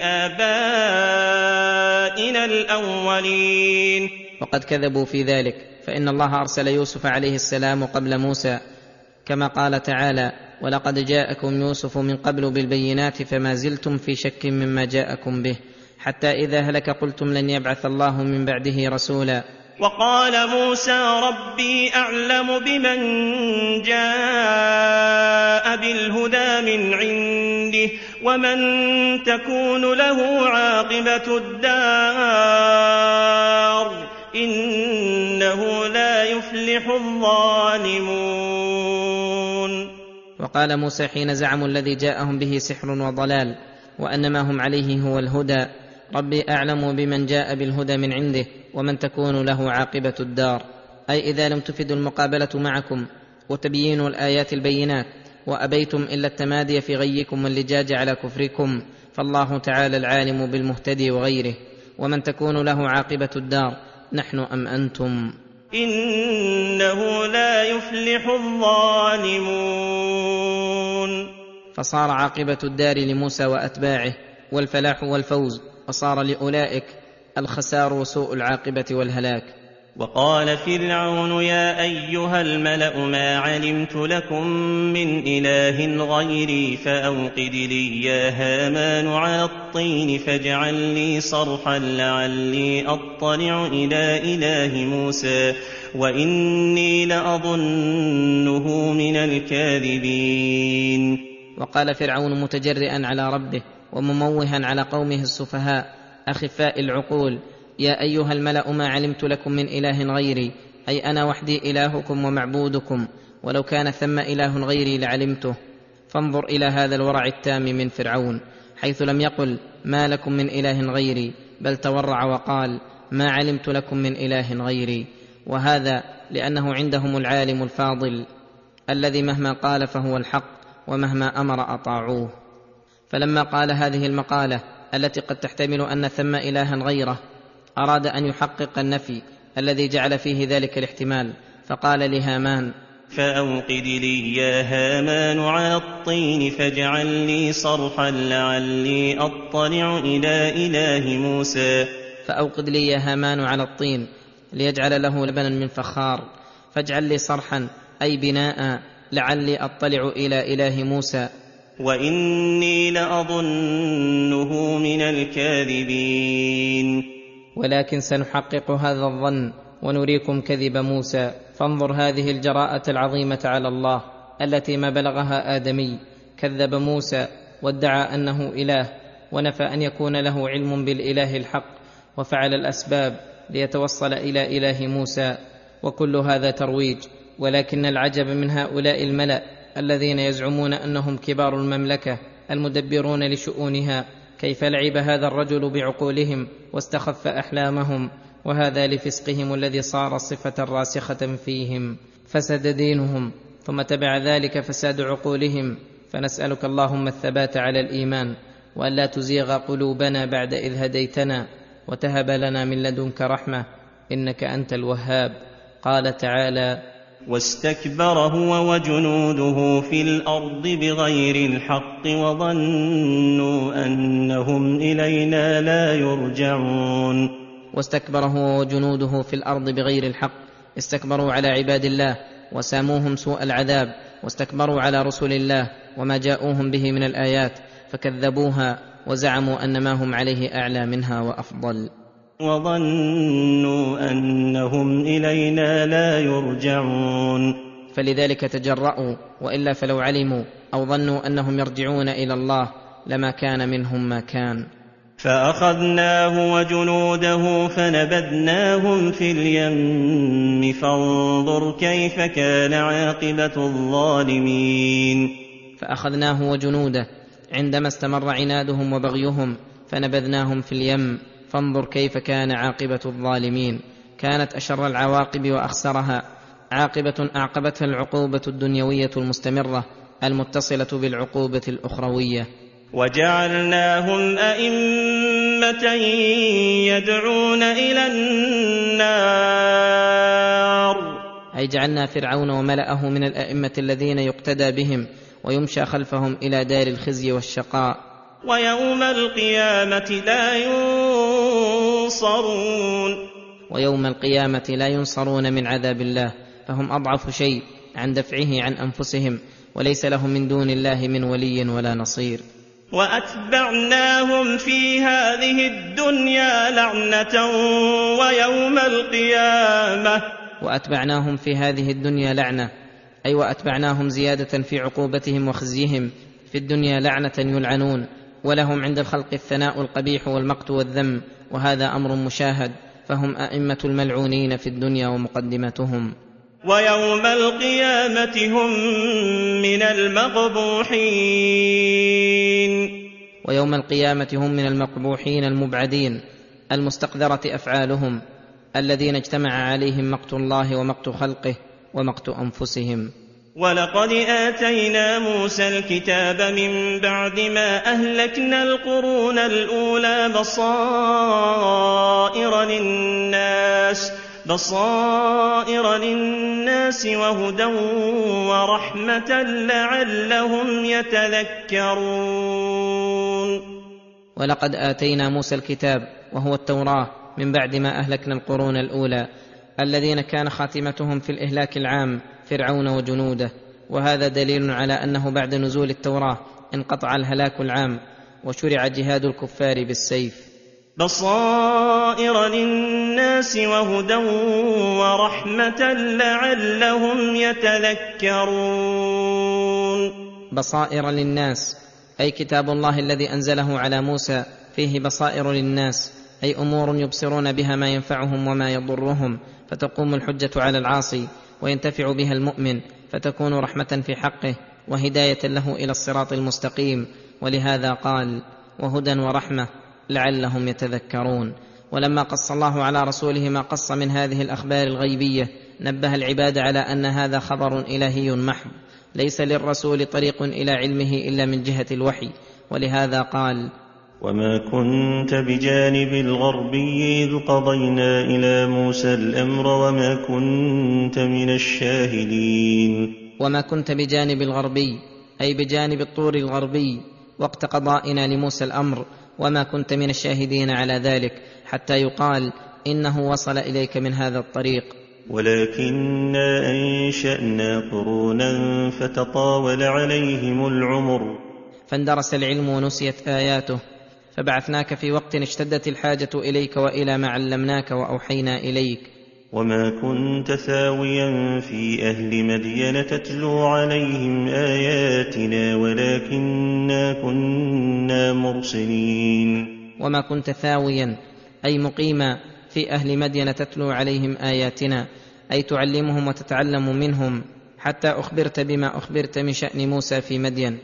آبائنا الأولين. وقد كذبوا في ذلك، فإن الله أرسل يوسف عليه السلام قبل موسى، كما قال تعالى: ولقد جاءكم يوسف من قبل بالبينات فما زلتم في شك مما جاءكم به، حتى إذا هلك قلتم لن يبعث الله من بعده رسولا. وقال موسى: ربي أعلم بمن جاء بالهدى من عنده ومن تكون له عاقبة الدار، إنه لا يفلح الظالمون. وقال موسى حين زعموا الذي جاءهم به سحر وضلال وأن ما هم عليه هو الهدى: ربي أعلم بمن جاء بالهدى من عنده ومن تكون له عاقبة الدار. أي إذا لم تفدوا المقابلة معكم وتبيين الآيات البينات وأبيتم إلا التمادي في غيكم واللجاج على كفركم، فالله تعالى العالم بالمهتدي وغيره. ومن تكون له عاقبة الدار نحن أم أنتم؟ إنه لا يفلح الظالمون. فصار عاقبة الدار لموسى وأتباعه والفلاح والفوز، وصار لأولئك الخسار وسوء العاقبة والهلاك. وقال فرعون: يا أيها الملأ ما علمت لكم من إله غيري فأوقد لي يا هامان على الطين فاجعل لي صرحا لعلي أطلع إلى إله موسى وإني لأظنه من الكاذبين. وقال فرعون متجرئا على ربه ومموها على قومه السفهاء أخفاء العقول: يا أيها الملأ ما علمت لكم من إله غيري، أي أنا وحدي إلهكم ومعبودكم، ولو كان ثم إله غيري لعلمته. فانظر إلى هذا الورع التام من فرعون، حيث لم يقل ما لكم من إله غيري، بل تورع وقال ما علمت لكم من إله غيري. وهذا لأنه عندهم العالم الفاضل الذي مهما قال فهو الحق ومهما أمر أطاعوه. فلما قال هذه المقالة التي قد تحتمل أن ثم إلها غيره، أراد أن يحقق النفي الذي جعل فيه ذلك الاحتمال، فقال لهامان: فأوقد لي يا هامان على الطين فاجعل لي صرحا لعلي أطلع إلى إله موسى. فأوقد لي يا هامان على الطين ليجعل له لبنا من فخار، فاجعل لي صرحا أي بناء لعلي أطلع إلى إله موسى وإني لأظنه من الكاذبين. ولكن سنحقق هذا الظن ونريكم كذب موسى. فانظر هذه الجراءة العظيمة على الله التي ما بلغها آدمي. كذب موسى وادعى أنه إله ونفى أن يكون له علم بالإله الحق، وفعل الأسباب ليتوصل إلى إله موسى، وكل هذا ترويج. ولكن العجب من هؤلاء الملأ الذين يزعمون أنهم كبار المملكة المدبرون لشؤونها، كيف لعب هذا الرجل بعقولهم واستخف أحلامهم، وهذا لفسقهم الذي صار صفة راسخة فيهم. فسد دينهم ثم تبع ذلك فساد عقولهم. فنسألك اللهم الثبات على الإيمان، وألا تزيغ قلوبنا بعد إذ هديتنا، وتهب لنا من لدنك رحمة إنك أنت الوهاب. قال تعالى: واستكبر هو وجنوده في الأرض بغير الحق وظنوا أنهم إلينا لا يرجعون. واستكبر هو وجنوده في الأرض بغير الحق، استكبروا على عباد الله وساموهم سوء العذاب، واستكبروا على رسل الله وما جاءوهم به من الآيات فكذبوها وزعموا أن ما هم عليه أعلى منها وأفضل. وظنوا أنهم إلينا لا يرجعون. فلذلك تجرؤوا، وإلا فلو علموا أو ظنوا أنهم يرجعون إلى الله لما كان منهم ما كان. فأخذناه وجنوده فنبذناهم في اليم فانظر كيف كان عاقبة الظالمين. فأخذناه وجنوده عندما استمر عنادهم وبغيهم، فنبذناهم في اليم فانظر كيف كان عاقبة الظالمين. كانت أشر العواقب وأخسرها، عاقبة أعقبتها العقوبة الدنيوية المستمرة المتصلة بالعقوبة الأخروية. وجعلناهم أئمة يدعون إلى النار، أي جعلنا فرعون وملأه من الأئمة الذين يقتدى بهم ويمشى خلفهم إلى دار الخزي والشقاء. ويوم القيامة لا ينصرون، ويوم القيامة لا ينصرون من عذاب الله، فهم أضعف شيء عن دفعه عن أنفسهم، وليس لهم من دون الله من ولي ولا نصير. وأتبعناهم في هذه الدنيا لعنة ويوم القيامة. وأتبعناهم في هذه الدنيا لعنة، أي وأتبعناهم زيادة في عقوبتهم وخزيهم في الدنيا لعنة يلعنون، ولهم عند الخلق الثناء القبيح والمقت والذم، وهذا أمر مشاهد، فهم أئمة الملعونين في الدنيا ومقدمتهم. ويوم القيامة هم من المقبوحين، ويوم القيامة هم من المقبوحين المبعدين المستقذرة أفعالهم، الذين اجتمع عليهم مقت الله ومقت خلقه ومقت أنفسهم. ولقد آتينا موسى الكتاب من بعد ما أهلكنا القرون الأولى بصائر للناس وهدى ورحمة لعلهم يتذكرون. ولقد آتينا موسى الكتاب وهو التوراة من بعد ما أهلكنا القرون الأولى، الذين كان خاتمتهم في الإهلاك العام فرعون وجنوده، وهذا دليل على أنه بعد نزول التوراة انقطع الهلاك العام وشرع جهاد الكفار بالسيف. بصائر للناس وهدى ورحمة لعلهم يتذكرون. بصائر للناس أي كتاب الله الذي أنزله على موسى فيه بصائر للناس، أي أمور يبصرون بها ما ينفعهم وما يضرهم، فتقوم الحجة على العاصي وينتفع بها المؤمن، فتكون رحمة في حقه وهداية له إلى الصراط المستقيم. ولهذا قال: وهدى ورحمة لعلهم يتذكرون. ولما قص الله على رسوله ما قص من هذه الأخبار الغيبية، نبه العباد على أن هذا خبر إلهي محض، ليس للرسول طريق إلى علمه إلا من جهة الوحي. ولهذا قال: وما كنت بجانب الغربي إذ قضينا إلى موسى الأمر وما كنت من الشاهدين. وما كنت بجانب الغربي أي بجانب الطور الغربي وقت قضائنا لموسى الأمر، وما كنت من الشاهدين على ذلك، حتى يقال إنه وصل إليك من هذا الطريق. ولكننا أنشأنا قرونا فتطاول عليهم العمر، فاندرس العلم ونسيت آياته، فبعثناك في وقت اشتدت الحاجة إليك وإلى ما علمناك وأوحينا إليك. وما كنت ثاويا في أهل مدين تتلو عليهم آياتنا ولكننا كنا مرسلين. وما كنت ثاويا أي مقيما في أهل مدين تتلو عليهم آياتنا، أي تعلمهم وتتعلم منهم، حتى أخبرت بما أخبرت من شأن موسى في مدين.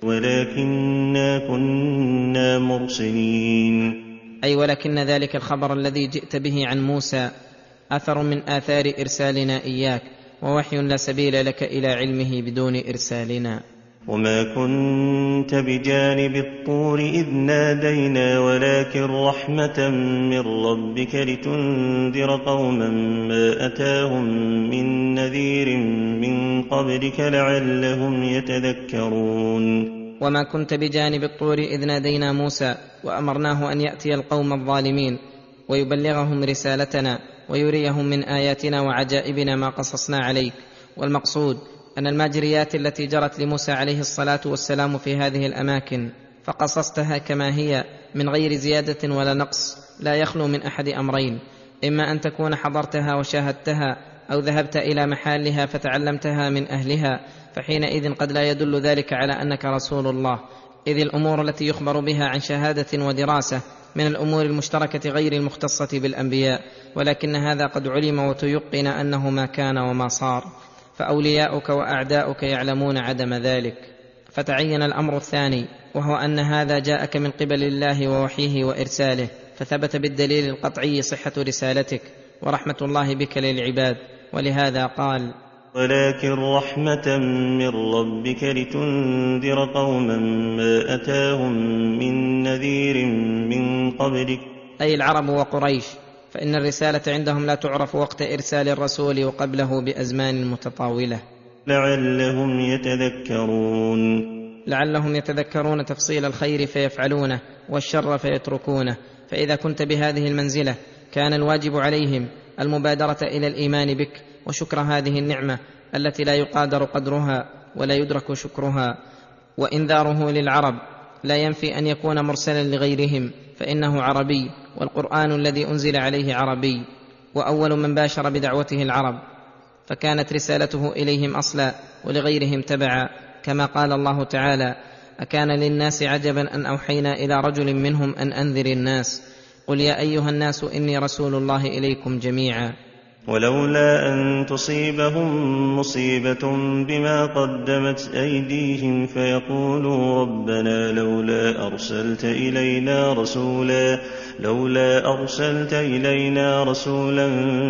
ولكننا كنا مرسلين أي ولكن ذلك الخبر الذي جئت به عن موسى أثر من آثار إرسالنا إياك، ووحي لا سبيل لك إلى علمه بدون إرسالنا. وما كنت بجانب الطور إذ نادينا ولكن رحمة من ربك لتنذر قوما ما أتاهم من نذير من قبلك لعلهم يتذكرون. وما كنت بجانب الطور إذ نادينا موسى وأمرناه أن يأتي القوم الظالمين ويبلغهم رسالتنا ويريهم من آياتنا وعجائبنا ما قصصنا عليك. والمقصود أن المجريات التي جرت لموسى عليه الصلاة والسلام في هذه الأماكن فقصصتها كما هي من غير زيادة ولا نقص، لا يخلو من أحد أمرين: إما أن تكون حضرتها وشاهدتها، أو ذهبت إلى محلها فتعلمتها من أهلها، فحينئذ قد لا يدل ذلك على أنك رسول الله، إذ الأمور التي يخبر بها عن شهادة ودراسة من الأمور المشتركة غير المختصة بالأنبياء، ولكن هذا قد علم وتيقن أنه ما كان وما صار، فأولياؤك وأعداؤك يعلمون عدم ذلك. فتعين الأمر الثاني، وهو أن هذا جاءك من قبل الله ووحيه وإرساله، فثبت بالدليل القطعي صحة رسالتك، ورحمة الله بك للعباد. ولهذا قال: ولكن رحمة من ربك لتنذر قوما ما أتاهم من نذير من قبلك، أي العرب وقريش، فإن الرسالة عندهم لا تعرف وقت إرسال الرسول وقبله بأزمان متطاولة. لعلهم يتذكرون تفصيل الخير فيفعلونه والشر فيتركونه. فإذا كنت بهذه المنزلة كان الواجب عليهم المبادرة إلى الإيمان بك وشكر هذه النعمة التي لا يقادر قدرها ولا يدرك شكرها. وإنذاره للعرب لا ينفي أن يكون مرسلا لغيرهم، فإنه عربي، والقرآن الذي أنزل عليه عربي، وأول من باشر بدعوته العرب، فكانت رسالته إليهم أصلا ولغيرهم تبعا، كما قال الله تعالى: أكان للناس عجبا أن أوحينا إلى رجل منهم أن أنذر الناس قل يا أيها الناس إني رسول الله إليكم جميعا. ولولا أن تصيبهم مصيبة بما قدمت أيديهم فيقولوا ربنا لولا أرسلت إلينا رسولا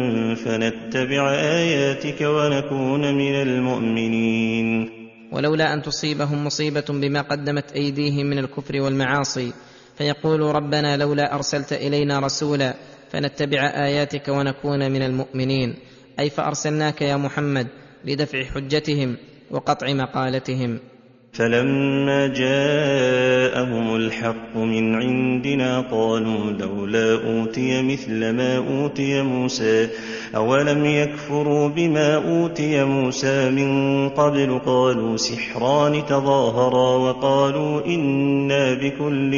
فنتبع آياتك ونكون من المؤمنين. ولولا أن تصيبهم مصيبة بما قدمت أيديهم من الكفر والمعاصي فيقولوا ربنا لولا أرسلت إلينا رسولا فنتبع آياتك ونكون من المؤمنين، أي فأرسلناك يا محمد لدفع حجتهم وقطع مقالتهم. فلما جاءهم الحق من عندنا قالوا لولا أوتي مثل ما أوتي موسى أولم يكفروا بما أوتي موسى من قبل قالوا سحران تظاهرا وقالوا إنا بكل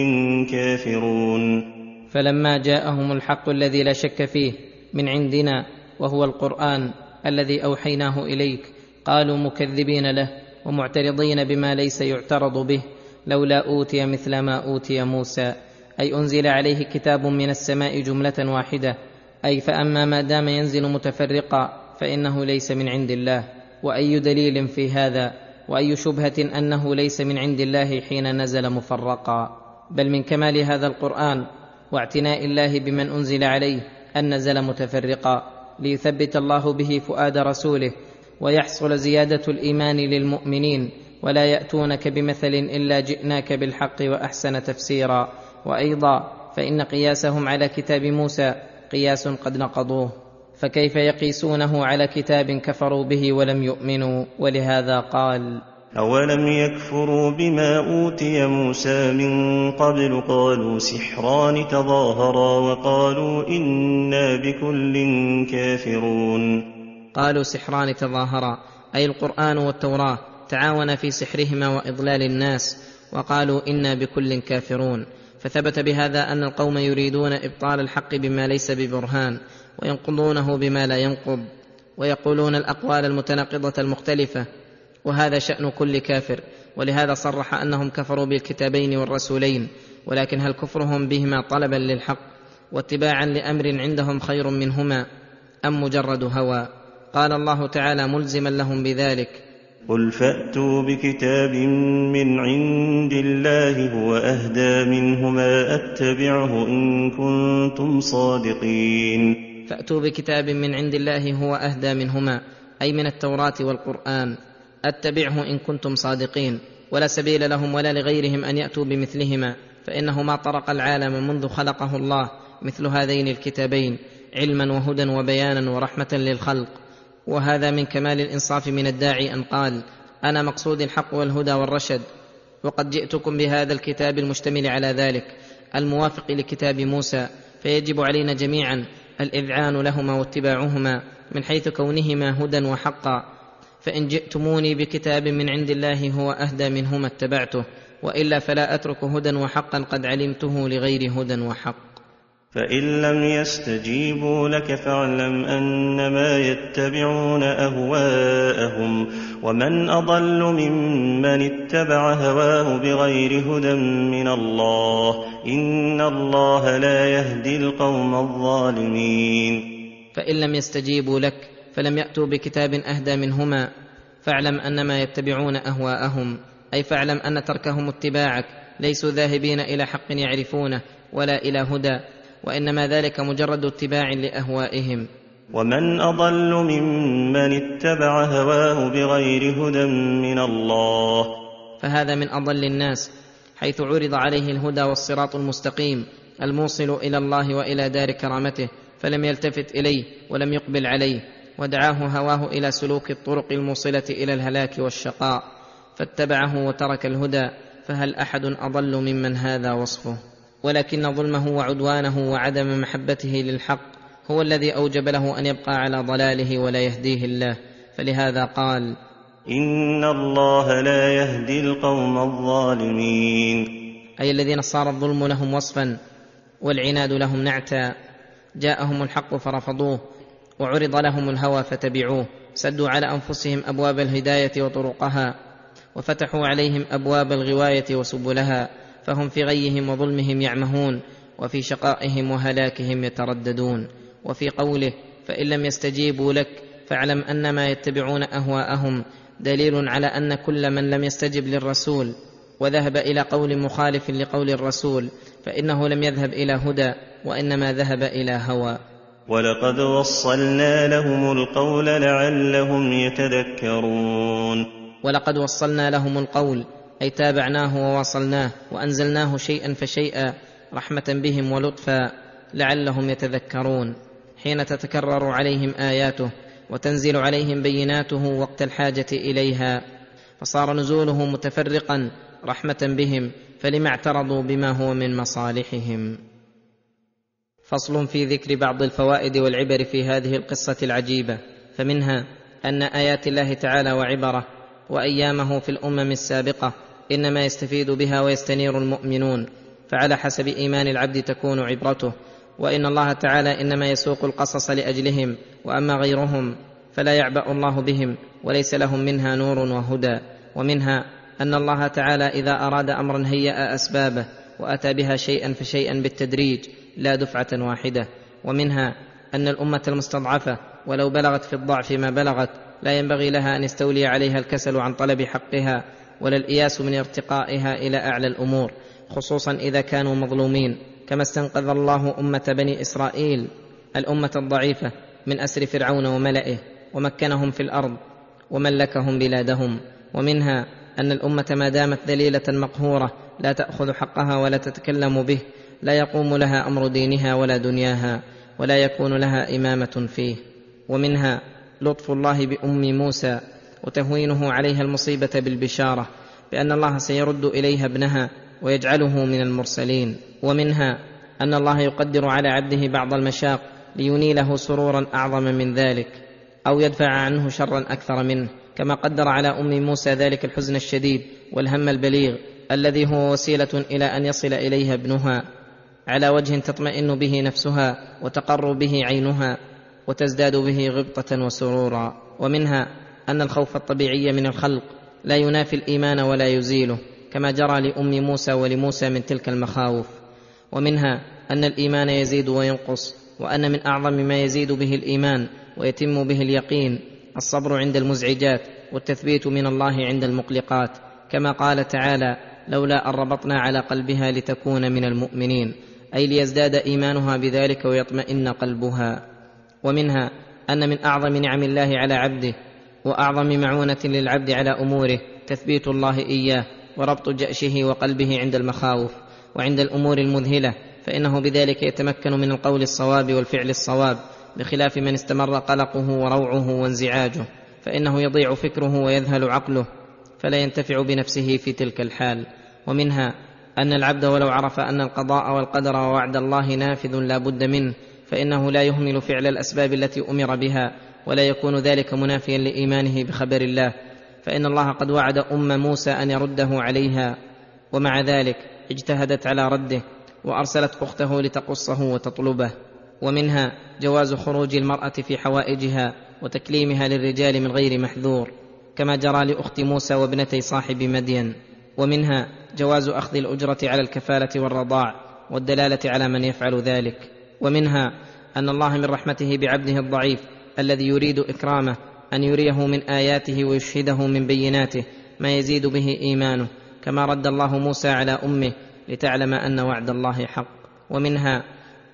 كافرون. فلما جاءهم الحق الذي لا شك فيه من عندنا وهو القرآن الذي أوحيناه إليك قالوا مكذبين له ومعترضين بما ليس يعترض به لولا أوتي مثل ما أوتي موسى، أي أنزل عليه كتاب من السماء جملة واحدة، أي فأما ما دام ينزل متفرقا فإنه ليس من عند الله. وأي دليل في هذا وأي شبهة أنه ليس من عند الله حين نزل مفرقا؟ بل من كمال هذا القرآن واعتناء الله بمن أنزل عليه أن نزل متفرقا ليثبت الله به فؤاد رسوله ويحصل زيادة الإيمان للمؤمنين، ولا يأتونك بمثل إلا جئناك بالحق وأحسن تفسيرا. وأيضا فإن قياسهم على كتاب موسى قياس قد نقضوه، فكيف يقيسونه على كتاب كفروا به ولم يؤمنوا؟ ولهذا قال: أولم يكفروا بما أوتي موسى من قبل قالوا سحران تظاهرا وقالوا إنا بكل كافرون. قالوا سحران تظاهرا، أي القرآن والتوراة تعاونا في سحرهما وإضلال الناس، وقالوا إنا بكل كافرون. فثبت بهذا أن القوم يريدون إبطال الحق بما ليس ببرهان وينقضونه بما لا ينقض، ويقولون الأقوال المتناقضة المختلفة، وهذا شأن كل كافر. ولهذا صرح أنهم كفروا بالكتابين والرسولين، ولكن هل كفرهم بهما طلبا للحق واتباعا لأمر عندهم خير منهما أم مجرد هوى؟ قال الله تعالى ملزما لهم بذلك: قل فأتوا بكتاب من عند الله هو أهدى منهما أتبعه إن كنتم صادقين. فأتوا بكتاب من عند الله هو أهدى منهما، أي من التوراة والقرآن، أتبعه إن كنتم صادقين. ولا سبيل لهم ولا لغيرهم أن يأتوا بمثلهما، فإنه ما طرق العالم منذ خلقه الله مثل هذين الكتابين علما وهدى وبيانا ورحمة للخلق. وهذا من كمال الإنصاف من الداعي أن قال: أنا مقصود الحق والهدى والرشد، وقد جئتكم بهذا الكتاب المشتمل على ذلك الموافق لكتاب موسى، فيجب علينا جميعا الإذعان لهما واتباعهما من حيث كونهما هدى وحقا. فإن جئتموني بكتاب من عند الله هو أهدى منهما اتبعته، وإلا فلا أترك هدى وحقا قد علمته لغير هدى وحق. فإن لم يستجيبوا لك فاعلم أنما يتبعون أهواءهم ومن أضل ممن اتبع هواه بغير هدى من الله إن الله لا يهدي القوم الظالمين. فإن لم يستجيبوا لك فلم يأتوا بكتاب أهدى منهما فاعلم أنما يتبعون أهواءهم، أي فاعلم أن تركهم اتباعك ليسوا ذاهبين إلى حق يعرفونه ولا إلى هدى، وإنما ذلك مجرد اتباع لأهوائهم. ومن أضل ممن اتبع هواه بغير هدى من الله. فهذا من أضل الناس، حيث عرض عليه الهدى والصراط المستقيم الموصل إلى الله وإلى دار كرامته، فلم يلتفت إليه ولم يقبل عليه، ودعاه هواه إلى سلوك الطرق الموصلة إلى الهلاك والشقاء، فاتبعه وترك الهدى. فهل أحد أضل ممن هذا وصفه؟ ولكن ظلمه وعدوانه وعدم محبته للحق هو الذي أوجب له أن يبقى على ضلاله ولا يهديه الله. فلهذا قال: إن الله لا يهدي القوم الظالمين، أي الذين صار الظلم لهم وصفا والعناد لهم نعتا. جاءهم الحق فرفضوه، وعرض لهم الهوى فتبعوه، سدوا على أنفسهم أبواب الهداية وطرقها، وفتحوا عليهم أبواب الغواية وسبلها، فهم في غيهم وظلمهم يعمهون، وفي شقائهم وهلاكهم يترددون. وفي قوله: فإن لم يستجيبوا لك فاعلم أنما يتبعون أهواءهم، دليل على أن كل من لم يستجب للرسول وذهب إلى قول مخالف لقول الرسول فإنه لم يذهب إلى هدى، وإنما ذهب إلى هوى. ولقد وصلنا لهم القول لعلهم يتذكرون. ولقد وصلنا لهم القول، أي تابعناه وواصلناه وأنزلناه شيئا فشيئا رحمة بهم ولطفا لعلهم يتذكرون، حين تتكرر عليهم آياته وتنزل عليهم بيناته وقت الحاجة إليها، فصار نزوله متفرقا رحمة بهم، فلما اعترضوا بما هو من مصالحهم. فصل في ذكر بعض الفوائد والعبر في هذه القصة العجيبة. فمنها أن آيات الله تعالى وعبره وأيامه في الأمم السابقة إنما يستفيد بها ويستنير المؤمنون، فعلى حسب إيمان العبد تكون عبرته، وإن الله تعالى إنما يسوق القصص لأجلهم، وأما غيرهم فلا يعبأ الله بهم وليس لهم منها نور وهدى. ومنها أن الله تعالى إذا أراد أمرا هيأ أسبابه وأتى بها شيئا فشيئا بالتدريج لا دفعة واحدة. ومنها أن الأمة المستضعفة ولو بلغت في الضعف ما بلغت لا ينبغي لها أن يستولي عليها الكسل عن طلب حقها ولا الإياس من ارتقائها إلى أعلى الأمور، خصوصا إذا كانوا مظلومين، كما استنقذ الله أمة بني إسرائيل الأمة الضعيفة من أسر فرعون وملئه، ومكنهم في الأرض وملكهم بلادهم. ومنها أن الأمة ما دامت ذليلة مقهورة لا تأخذ حقها ولا تتكلم به لا يقوم لها أمر دينها ولا دنياها، ولا يكون لها إمامة فيه. ومنها لطف الله بأم موسى وتهوينه عليها المصيبة بالبشارة بأن الله سيرد إليها ابنها ويجعله من المرسلين. ومنها أن الله يقدر على عبده بعض المشاق لينيله سرورا أعظم من ذلك، أو يدفع عنه شرا أكثر منه، كما قدر على أم موسى ذلك الحزن الشديد والهم البليغ الذي هو وسيلة إلى أن يصل إليها ابنها على وجه تطمئن به نفسها وتقر به عينها وتزداد به غبطة وسرورا. ومنها أن الخوف الطبيعي من الخلق لا ينافي الإيمان ولا يزيله، كما جرى لأم موسى ولموسى من تلك المخاوف. ومنها أن الإيمان يزيد وينقص، وأن من أعظم ما يزيد به الإيمان ويتم به اليقين الصبر عند المزعجات والتثبيت من الله عند المقلقات، كما قال تعالى: لولا أن ربطنا على قلبها لتكون من المؤمنين، أي ليزداد إيمانها بذلك ويطمئن قلبها. ومنها أن من أعظم نعم الله على عبده وأعظم معونة للعبد على أموره تثبيت الله إياه وربط جأشه وقلبه عند المخاوف وعند الأمور المذهلة، فإنه بذلك يتمكن من القول الصواب والفعل الصواب، بخلاف من استمر قلقه وروعه وانزعاجه، فإنه يضيع فكره ويذهل عقله فلا ينتفع بنفسه في تلك الحال. ومنها أن العبد ولو عرف أن القضاء والقدر ووعد الله نافذ لا بد منه فإنه لا يهمل فعل الأسباب التي أمر بها، ولا يكون ذلك منافيا لإيمانه بخبر الله، فإن الله قد وعد أم موسى أن يرده عليها، ومع ذلك اجتهدت على رده وأرسلت أخته لتقصه وتطلبه. ومنها جواز خروج المرأة في حوائجها وتكليمها للرجال من غير محذور، كما جرى لأخت موسى وابنتي صاحب مدين. ومنها جواز أخذ الأجرة على الكفالة والرضاع والدلالة على من يفعل ذلك. ومنها أن الله من رحمته بعبده الضعيف الذي يريد إكرامه أن يريه من آياته ويشهده من بيناته ما يزيد به إيمانه، كما رد الله موسى على أمه لتعلم أن وعد الله حق. ومنها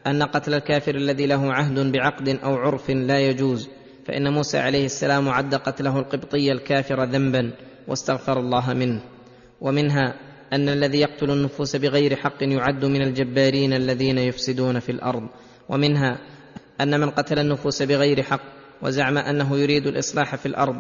أن قتل الكافر الذي له عهد بعقد أو عرف لا يجوز، فإن موسى عليه السلام عد قتله القبطي الكافر ذنبا واستغفر الله منه. ومنها أن الذي يقتل النفوس بغير حق يعد من الجبارين الذين يفسدون في الأرض. ومنها أن من قتل النفوس بغير حق وزعم أنه يريد الإصلاح في الأرض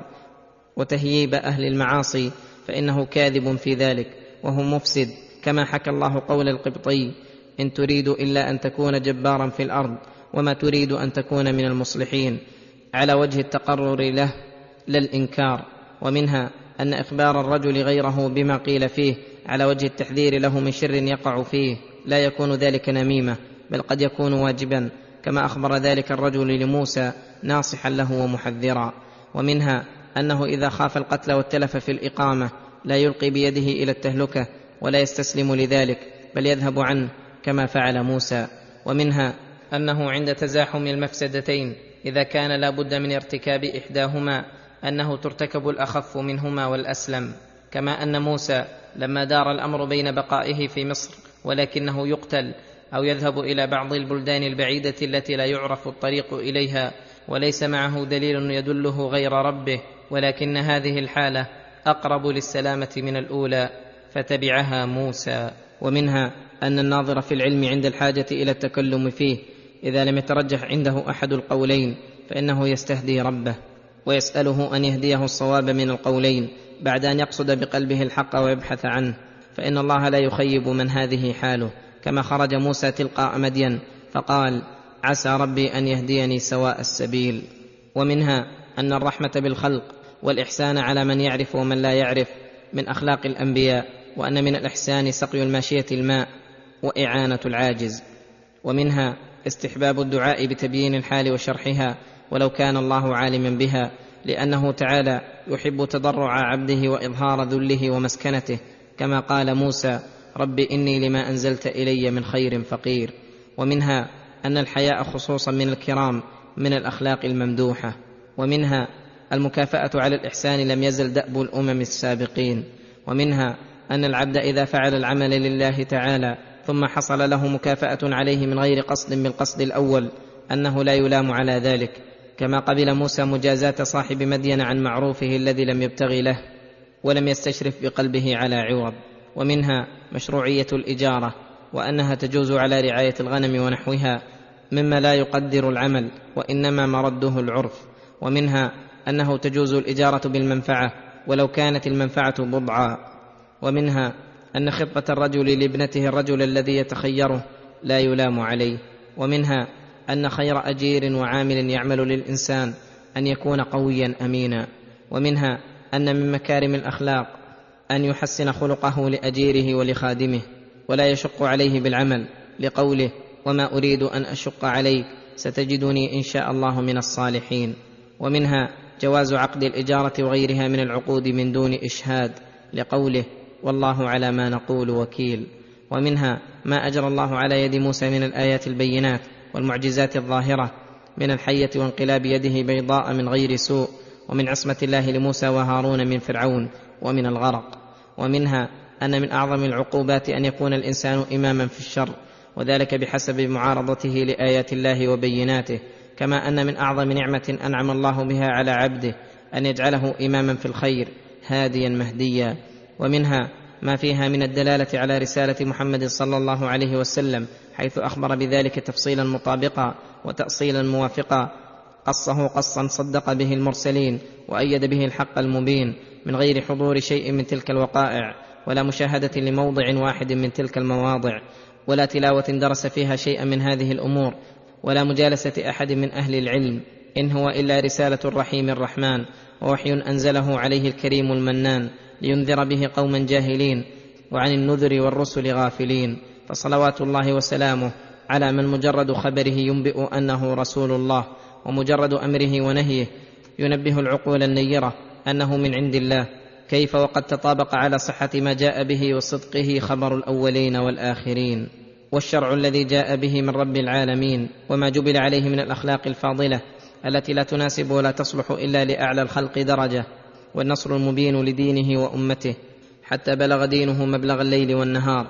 وتهييب أهل المعاصي فإنه كاذب في ذلك وهو مفسد، كما حكى الله قول القبطي: إن تريد إلا أن تكون جبارا في الأرض وما تريد أن تكون من المصلحين، على وجه التقرر له لا الإنكار. ومنها أن إخبار الرجل غيره بما قيل فيه على وجه التحذير له من شر يقع فيه لا يكون ذلك نميمة، بل قد يكون واجبا، كما أخبر ذلك الرجل لموسى ناصحا له ومحذرا. ومنها أنه إذا خاف القتل والتلف في الإقامة لا يلقي بيده إلى التهلكة ولا يستسلم لذلك، بل يذهب عنه كما فعل موسى. ومنها أنه عند تزاحم المفسدتين إذا كان لا بد من ارتكاب إحداهما أنه ترتكب الأخف منهما والأسلم، كما أن موسى لما دار الأمر بين بقائه في مصر ولكنه يقتل أو يذهب إلى بعض البلدان البعيدة التي لا يعرف الطريق إليها وليس معه دليل يدله غير ربه، ولكن هذه الحالة أقرب للسلامة من الأولى فتبعها موسى. ومنها أن الناظر في العلم عند الحاجة إلى التكلم فيه إذا لم يترجح عنده أحد القولين فإنه يستهدي ربه ويسأله أن يهديه الصواب من القولين بعد أن يقصد بقلبه الحق ويبحث عنه، فإن الله لا يخيب من هذه حاله، كما خرج موسى تلقاء مدين فقال: عسى ربي أن يهديني سواء السبيل. ومنها أن الرحمة بالخلق والإحسان على من يعرف ومن لا يعرف من أخلاق الأنبياء، وأن من الإحسان سقي الماشية الماء وإعانة العاجز. ومنها استحباب الدعاء بتبيين الحال وشرحها ولو كان الله عالما بها، لأنه تعالى يحب تضرع عبده وإظهار ذله ومسكنته، كما قال موسى: رب إني لما أنزلت إلي من خير فقير. ومنها أن الحياء خصوصا من الكرام من الأخلاق الممدوحة. ومنها المكافأة على الإحسان لم يزل دأب الأمم السابقين. ومنها أن العبد إذا فعل العمل لله تعالى ثم حصل له مكافأة عليه من غير قصد بالقصد الأول أنه لا يلام على ذلك، كما قبل موسى مجازاة صاحب مدين عن معروفه الذي لم يبتغي له ولم يستشرف بقلبه على عوض. ومنها مشروعية الإجارة، وأنها تجوز على رعاية الغنم ونحوها مما لا يقدر العمل وإنما مرده العرف. ومنها أنه تجوز الإجارة بالمنفعة ولو كانت المنفعة بضعا. ومنها أن خطبة الرجل لابنته الرجل الذي يتخيره لا يلام عليه. ومنها أن خير أجير وعامل يعمل للإنسان أن يكون قويا أمينا. ومنها أن من مكارم الأخلاق أن يحسن خلقه لأجيره ولخادمه ولا يشق عليه بالعمل، لقوله: وما أريد أن أشق عليك ستجدني إن شاء الله من الصالحين. ومنها جواز عقد الإجارة وغيرها من العقود من دون إشهاد، لقوله: والله على ما نقول وكيل. ومنها ما أجرى الله على يد موسى من الآيات البينات والمعجزات الظاهرة من الحية وانقلاب يده بيضاء من غير سوء، ومن عصمة الله لموسى وهارون من فرعون ومن الغرق. ومنها أن من أعظم العقوبات أن يكون الإنسان إماما في الشر، وذلك بحسب معارضته لآيات الله وبيناته، كما أن من أعظم نعمة أنعم الله بها على عبده أن يجعله إماما في الخير هاديا مهديا. ومنها ما فيها من الدلالة على رسالة محمد صلى الله عليه وسلم، حيث أخبر بذلك تفصيلا مطابقا وتأصيلا موافقا، قصه قصا صدق به المرسلين وأيد به الحق المبين، من غير حضور شيء من تلك الوقائع ولا مشاهدة لموضع واحد من تلك المواضع، ولا تلاوة درس فيها شيئا من هذه الأمور، ولا مجالسة أحد من أهل العلم، إن هو إلا رسالة الرحيم الرحمن ووحي أنزله عليه الكريم المنان لينذر به قوما جاهلين وعن النذر والرسل غافلين. فصلوات الله وسلامه على من مجرد خبره ينبئ أنه رسول الله، ومجرد أمره ونهيه ينبه العقول النيرة أنه من عند الله، كيف وقد تطابق على صحة ما جاء به وصدقه خبر الأولين والآخرين، والشرع الذي جاء به من رب العالمين، وما جبل عليه من الأخلاق الفاضلة التي لا تناسب ولا تصلح إلا لأعلى الخلق درجة، والنصر المبين لدينه وأمته، حتى بلغ دينه مبلغ الليل والنهار،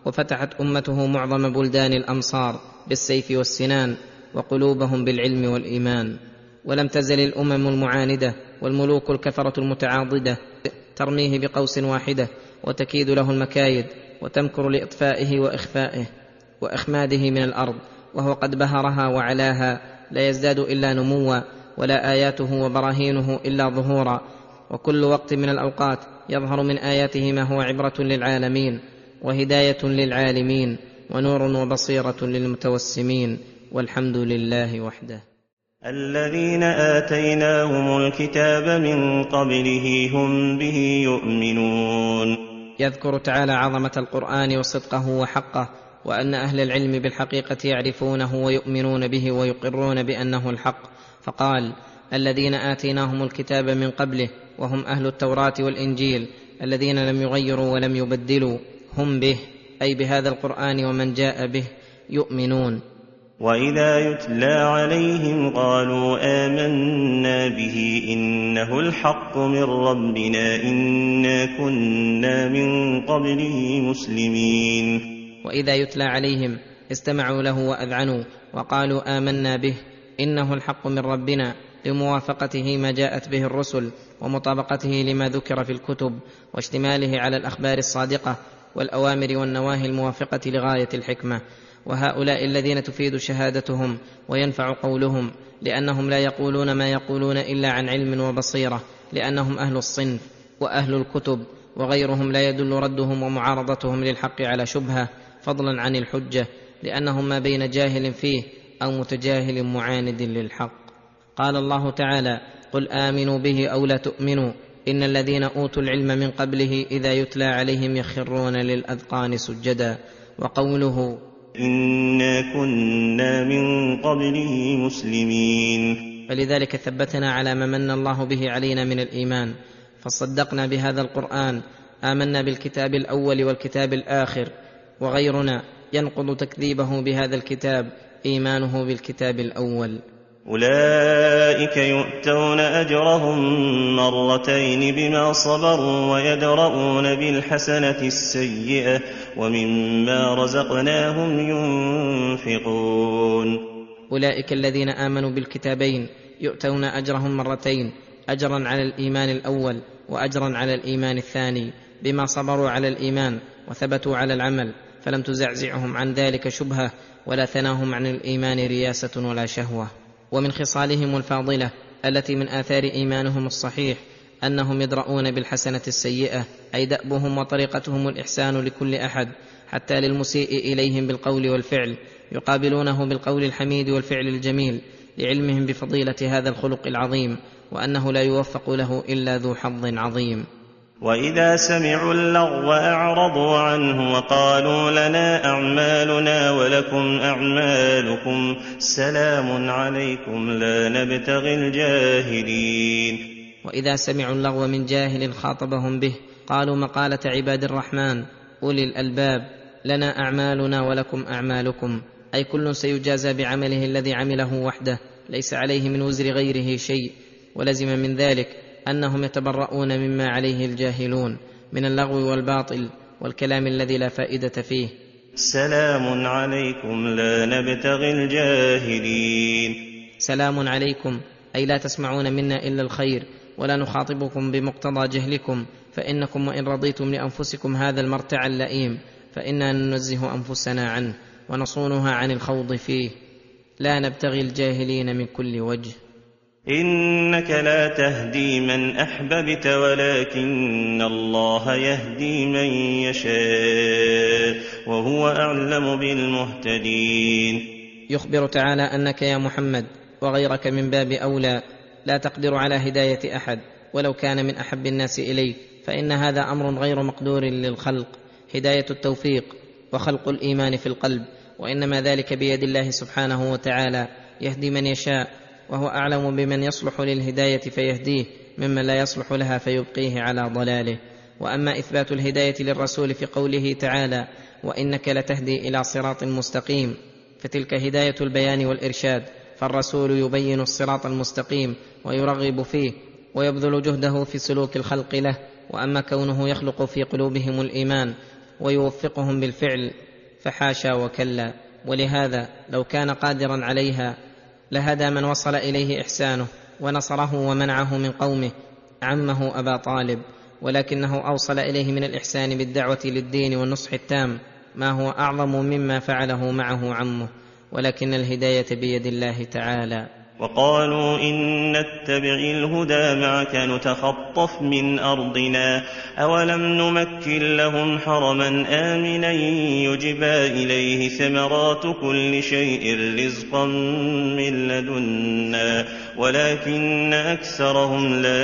وفتحت أمته معظم بلدان الأمصار بالسيف والسنان وقلوبهم بالعلم والإيمان. ولم تزل الأمم المعاندة والملوك الكفرة المتعاضدة ترميه بقوس واحدة وتكيد له المكايد وتمكر لإطفائه وإخفائه وإخماده من الأرض، وهو قد بهرها وعلاها، لا يزداد إلا نموا، ولا آياته وبراهينه إلا ظهورا. وكل وقت من الأوقات يظهر من آياته ما هو عبرة للعالمين وهداية للعالمين ونور وبصيرة للمتوسمين، والحمد لله وحده. الذين آتيناهم الكتاب من قبله هم به يؤمنون. يذكر تعالى عظمة القرآن وصدقه وحقه، وأن أهل العلم بالحقيقة يعرفونه ويؤمنون به ويقرون بأنه الحق، فقال: الذين آتيناهم الكتاب من قبله، وهم أهل التوراة والإنجيل الذين لم يغيروا ولم يبدلوا، هم به أي بهذا القرآن ومن جاء به يؤمنون. وإذا يتلى عليهم قالوا آمنا به إنه الحق من ربنا إنا كنا من قبله مسلمين. وإذا يتلى عليهم استمعوا له وأذعنوا وقالوا آمنا به إنه الحق من ربنا، لموافقته ما جاءت به الرسل ومطابقته لما ذكر في الكتب واشتماله على الأخبار الصادقة والأوامر والنواهي الموافقة لغاية الحكمة. وهؤلاء الذين تفيد شهادتهم وينفع قولهم، لأنهم لا يقولون ما يقولون إلا عن علم وبصيرة، لأنهم أهل الصنف وأهل الكتب، وغيرهم لا يدل ردهم ومعارضتهم للحق على شبهة، فضلا عن الحجة، لأنهم ما بين جاهل فيه أو متجاهل معاند للحق. قال الله تعالى: قل آمنوا به أو لا تؤمنوا إن الذين أوتوا العلم من قبله إذا يتلى عليهم يخرون للأذقان سجدا. وقوله: إنا كنا من قبله مسلمين. فلذلك ثبتنا على ما من الله به علينا من الإيمان، فصدقنا بهذا القرآن، آمنا بالكتاب الأول والكتاب الآخر، وغيرنا ينقض تكذيبه بهذا الكتاب إيمانه بالكتاب الأول. أولئك يؤتون أجرهم مرتين بما صبروا ويدرؤون بالحسنة السيئة ومما رزقناهم ينفقون. أولئك الذين آمنوا بالكتابين يؤتون أجرهم مرتين، أجرا على الإيمان الأول وأجرا على الإيمان الثاني، بما صبروا على الإيمان وثبتوا على العمل، فلم تزعزعهم عن ذلك شبهة ولا ثناهم عن الإيمان رياسة ولا شهوة. ومن خصالهم الفاضلة التي من آثار إيمانهم الصحيح أنهم يدرؤون بالحسنة السيئة، أي دأبهم وطريقتهم الإحسان لكل أحد، حتى للمسيء إليهم بالقول والفعل، يقابلونه بالقول الحميد والفعل الجميل، لعلمهم بفضيلة هذا الخلق العظيم، وأنه لا يوفق له إلا ذو حظ عظيم. وإذا سمعوا اللغو أعرضوا عنه وقالوا لنا أعمالنا ولكم أعمالكم سلام عليكم لا نبتغي الجاهلين. وإذا سمعوا اللغو من جاهل خاطبهم به قالوا مقالة عباد الرحمن أولي الألباب: لنا أعمالنا ولكم أعمالكم، أي كل سيجازى بعمله الذي عمله وحده، ليس عليه من وزر غيره شيء. ولزم من ذلك أنهم يتبرؤون مما عليه الجاهلون من اللغو والباطل والكلام الذي لا فائدة فيه. سلام عليكم لا نبتغي الجاهلين. سلام عليكم أي لا تسمعون منا إلا الخير، ولا نخاطبكم بمقتضى جهلكم، فإنكم وإن رضيتم لأنفسكم هذا المرتع اللئيم فإنا ننزه أنفسنا عنه ونصونها عن الخوض فيه، لا نبتغي الجاهلين من كل وجه. إنك لا تهدي من أحببت ولكن الله يهدي من يشاء وهو أعلم بالمهتدين. يخبر تعالى أنك يا محمد وغيرك من باب أولى لا تقدر على هداية أحد ولو كان من أحب الناس إليك، فإن هذا أمر غير مقدور للخلق، هداية التوفيق وخلق الإيمان في القلب، وإنما ذلك بيد الله سبحانه وتعالى، يهدي من يشاء، وهو أعلم بمن يصلح للهداية فيهديه ممن لا يصلح لها فيبقيه على ضلاله. وأما إثبات الهداية للرسول في قوله تعالى: وإنك لتهدي إلى صراط مستقيم، فتلك هداية البيان والإرشاد، فالرسول يبين الصراط المستقيم ويرغب فيه ويبذل جهده في سلوك الخلق له. وأما كونه يخلق في قلوبهم الإيمان ويوفقهم بالفعل، فحاشا وكلا. ولهذا لو كان قادرا عليها لهدى من وصل إليه إحسانه ونصره ومنعه من قومه، عمه أبا طالب، ولكنه أوصل إليه من الإحسان بالدعوة للدين والنصح التام ما هو أعظم مما فعله معه عمه، ولكن الهداية بيد الله تعالى. وقالوا إن نتبع الهدى معك نتخطف من أرضنا أولم نمكن لهم حرما آمنا يجبى إليه ثمرات كل شيء رزقا من لدنا ولكن أكثرهم لا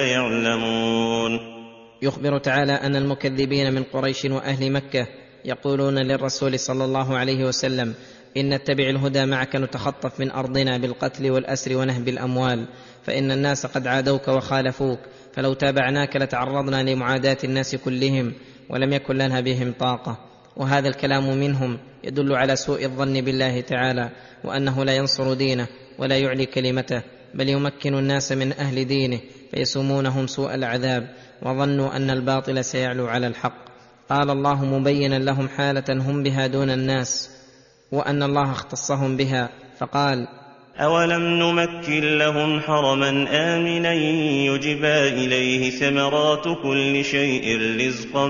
يعلمون. يخبر تعالى أن المكذبين من قريش وأهل مكة يقولون للرسول صلى الله عليه وسلم: إن نتبع الهدى معك نتخطف من أرضنا بالقتل والأسر ونهب الأموال، فإن الناس قد عادوك وخالفوك، فلو تابعناك لتعرضنا لمعاداة الناس كلهم ولم يكن لنا بهم طاقة. وهذا الكلام منهم يدل على سوء الظن بالله تعالى، وأنه لا ينصر دينه ولا يعلي كلمته، بل يمكن الناس من أهل دينه فيسومونهم سوء العذاب، وظنوا أن الباطل سيعلو على الحق. قال الله مبينا لهم حالة هم بها دون الناس، وأن الله اختصهم بها، فقال: أولم نمكن لهم حرما آمنا يجبى إليه ثمرات كل شيء رزقا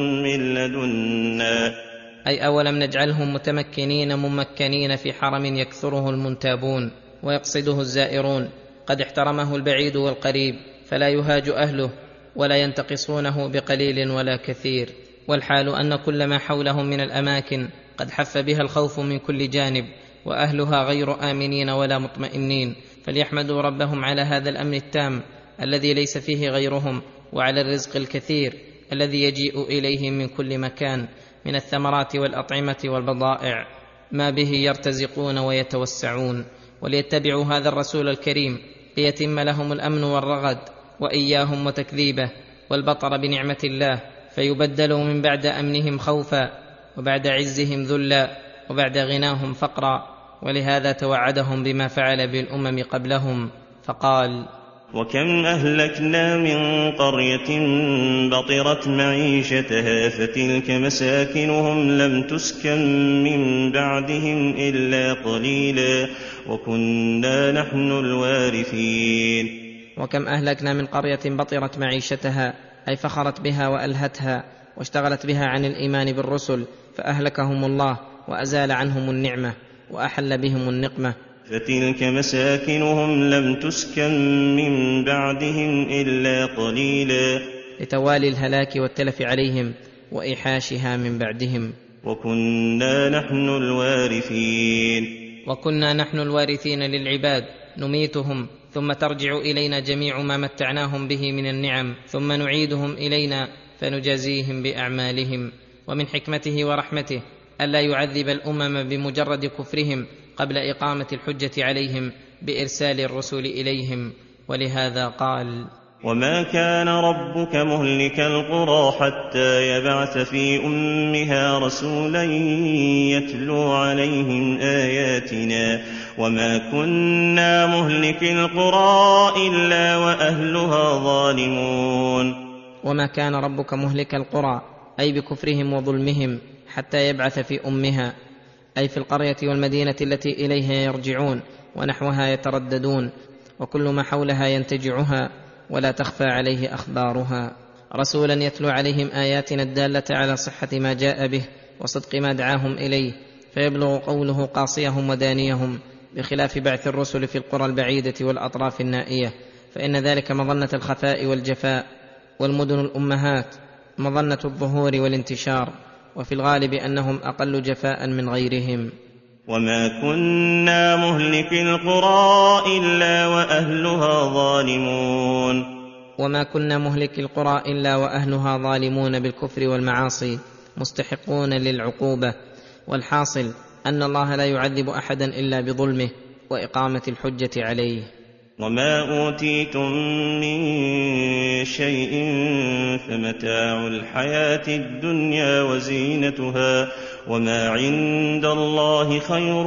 من لدنا، أي أولم نجعلهم متمكنين ممكنين في حرم يكثره المنتابون ويقصده الزائرون، قد احترمه البعيد والقريب، فلا يهاج أهله ولا ينتقصونه بقليل ولا كثير، والحال أن كل ما حولهم من الأماكن قد حف بها الخوف من كل جانب، وأهلها غير آمنين ولا مطمئنين، فليحمدوا ربهم على هذا الأمن التام الذي ليس فيه غيرهم، وعلى الرزق الكثير الذي يجيء إليهم من كل مكان من الثمرات والأطعمة والبضائع ما به يرتزقون ويتوسعون، وليتبعوا هذا الرسول الكريم ليتم لهم الأمن والرغد، وإياهم وتكذيبه والبطر بنعمة الله، فيبدلوا من بعد أمنهم خوفا، وبعد عزهم ذلا، وبعد غناهم فقرا. ولهذا توعدهم بما فعل بالأمم قبلهم، فقال: وكم أهلكنا من قرية بطرت معيشتها فتلك مساكنهم لم تسكن من بعدهم إلا قليلا وكنا نحن الوارثين. وكم أهلكنا من قرية بطرت معيشتها، أي فخرت بها وألهتها واشتغلت بها عن الإيمان بالرسل، فأهلكهم الله وأزال عنهم النعمة وأحل بهم النقمة. فتلك مساكنهم لم تسكن من بعدهم إلا قليلا، لتوالي الهلاك والتلف عليهم وإيحاشها من بعدهم. وكنا نحن الوارثين. وكنا نحن الوارثين للعباد، نميتهم ثم ترجع إلينا جميع ما متعناهم به من النعم، ثم نعيدهم إلينا فنجازيهم بأعمالهم. ومن حكمته ورحمته ألا يعذب الأمم بمجرد كفرهم قبل إقامة الحجة عليهم بإرسال الرسل إليهم، ولهذا قال: وما كان ربك مهلك القرى حتى يبعث في أمها رسولا يتلو عليهم آياتنا وما كنا مهلك القرى إلا وأهلها ظالمون. وما كان ربك مهلك القرى، أي بكفرهم وظلمهم، حتى يبعث في أمها، أي في القرية والمدينة التي إليها يرجعون ونحوها يترددون، وكل ما حولها ينتجعها ولا تخفى عليه أخبارها، رسولا يتلو عليهم آياتنا الدالة على صحة ما جاء به وصدق ما دعاهم إليه، فيبلغ قوله قاصيهم ودانيهم، بخلاف بعث الرسل في القرى البعيدة والأطراف النائية، فإن ذلك مظنة الخفاء والجفاء، والمدن الأمهات مظنة الظهور والانتشار، وفي الغالب أنهم أقل جفاء من غيرهم. وما كنا مهلك القرى إلا وأهلها ظالمون. وما كنا مهلك القرى إلا وأهلها ظالمون بالكفر والمعاصي مستحقون للعقوبة، والحاصل أن الله لا يعذب أحدا إلا بظلمه وإقامة الحجة عليه. وما أوتيتم من شيء فمتاع الحياة الدنيا وزينتها وما عند الله خير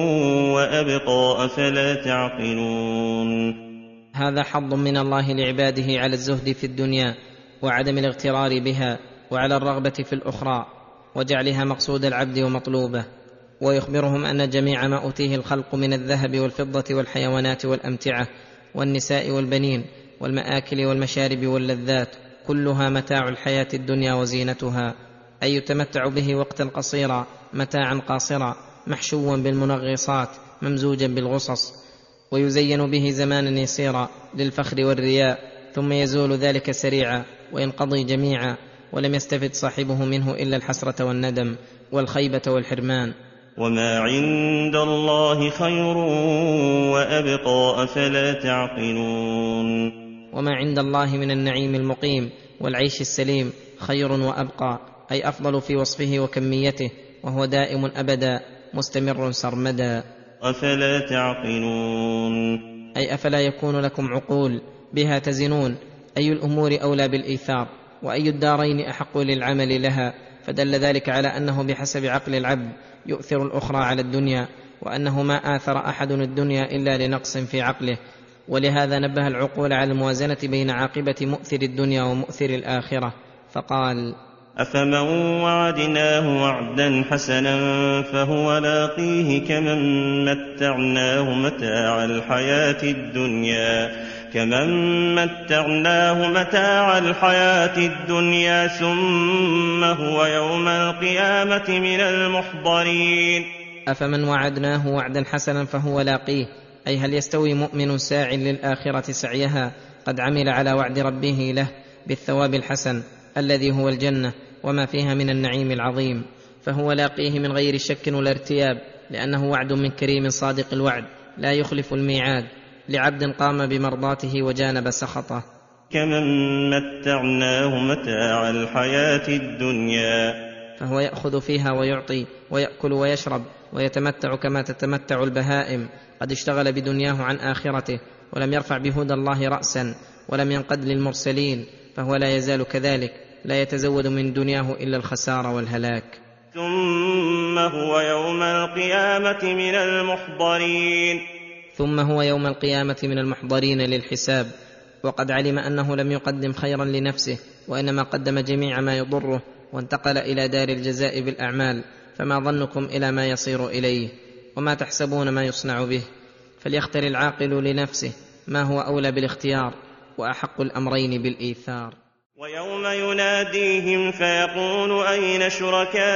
وأبقى أفلا تعقلون. هذا حظ من الله لعباده على الزهد في الدنيا وعدم الاغترار بها، وعلى الرغبة في الأخرى، وجعلها مقصود العبد ومطلوبه، ويخبرهم ان جميع ما اوتيه الخلق من الذهب والفضه والحيوانات والامتعه والنساء والبنين والمآكل والمشارب واللذات كلها متاع الحياه الدنيا وزينتها، اي يتمتع به وقتا قصيرا متاعا قاصرا محشوا بالمنغصات ممزوجا بالغصص، ويزين به زمانا يسيرا للفخر والرياء، ثم يزول ذلك سريعا وينقضي جميعا، ولم يستفد صاحبه منه إلا الحسرة والندم والخيبة والحرمان. وما عند الله خير وأبقى أفلا تعقلون. وما عند الله من النعيم المقيم والعيش السليم خير وأبقى، أي أفضل في وصفه وكميته، وهو دائم أبدا مستمر سرمدا. أفلا تعقلون، أي أفلا يكون لكم عقول بها تزنون أي الأمور أولى بالإيثار، وأي الدارين أحق للعمل لها، فدل ذلك على أنه بحسب عقل العبد يؤثر الأخرى على الدنيا، وأنه ما آثر أحد الدنيا إلا لنقص في عقله، ولهذا نبه العقول على الموازنة بين عاقبة مؤثر الدنيا ومؤثر الآخرة، فقال: أفمن وعدناه وعدا حسنا فهو لاقيه كمن متعناه متاع الحياة الدنيا ثم هو يوم القيامة من المحضرين. أفمن وعدناه وعدا حسنا فهو لاقيه، أي هل يستوي مؤمن ساع للآخرة سعيها قد عمل على وعد ربه له بالثواب الحسن الذي هو الجنة وما فيها من النعيم العظيم، فهو لاقيه من غير شك ولا ارتياب، لأنه وعد من كريم صادق الوعد لا يخلف الميعاد لعبد قام بمرضاته وجانب سخطه. كمن متعناه متاع الحياة الدنيا، فهو يأخذ فيها ويعطي ويأكل ويشرب ويتمتع كما تتمتع البهائم، قد اشتغل بدنياه عن آخرته ولم يرفع بهدى الله رأسا ولم ينقد للمرسلين، فهو لا يزال كذلك لا يتزود من دنياه إلا الخسار والهلاك. ثم هو يوم القيامة من المحضرين للحساب، وقد علم أنه لم يقدم خيرا لنفسه، وإنما قدم جميع ما يضره، وانتقل إلى دار الجزاء بالأعمال، فما ظنكم إلى ما يصير إليه، وما تحسبون ما يصنع به، فليختر العاقل لنفسه ما هو أولى بالاختيار وأحق الأمرين بالإيثار. ويوم يناديهم فيقول أين شركائي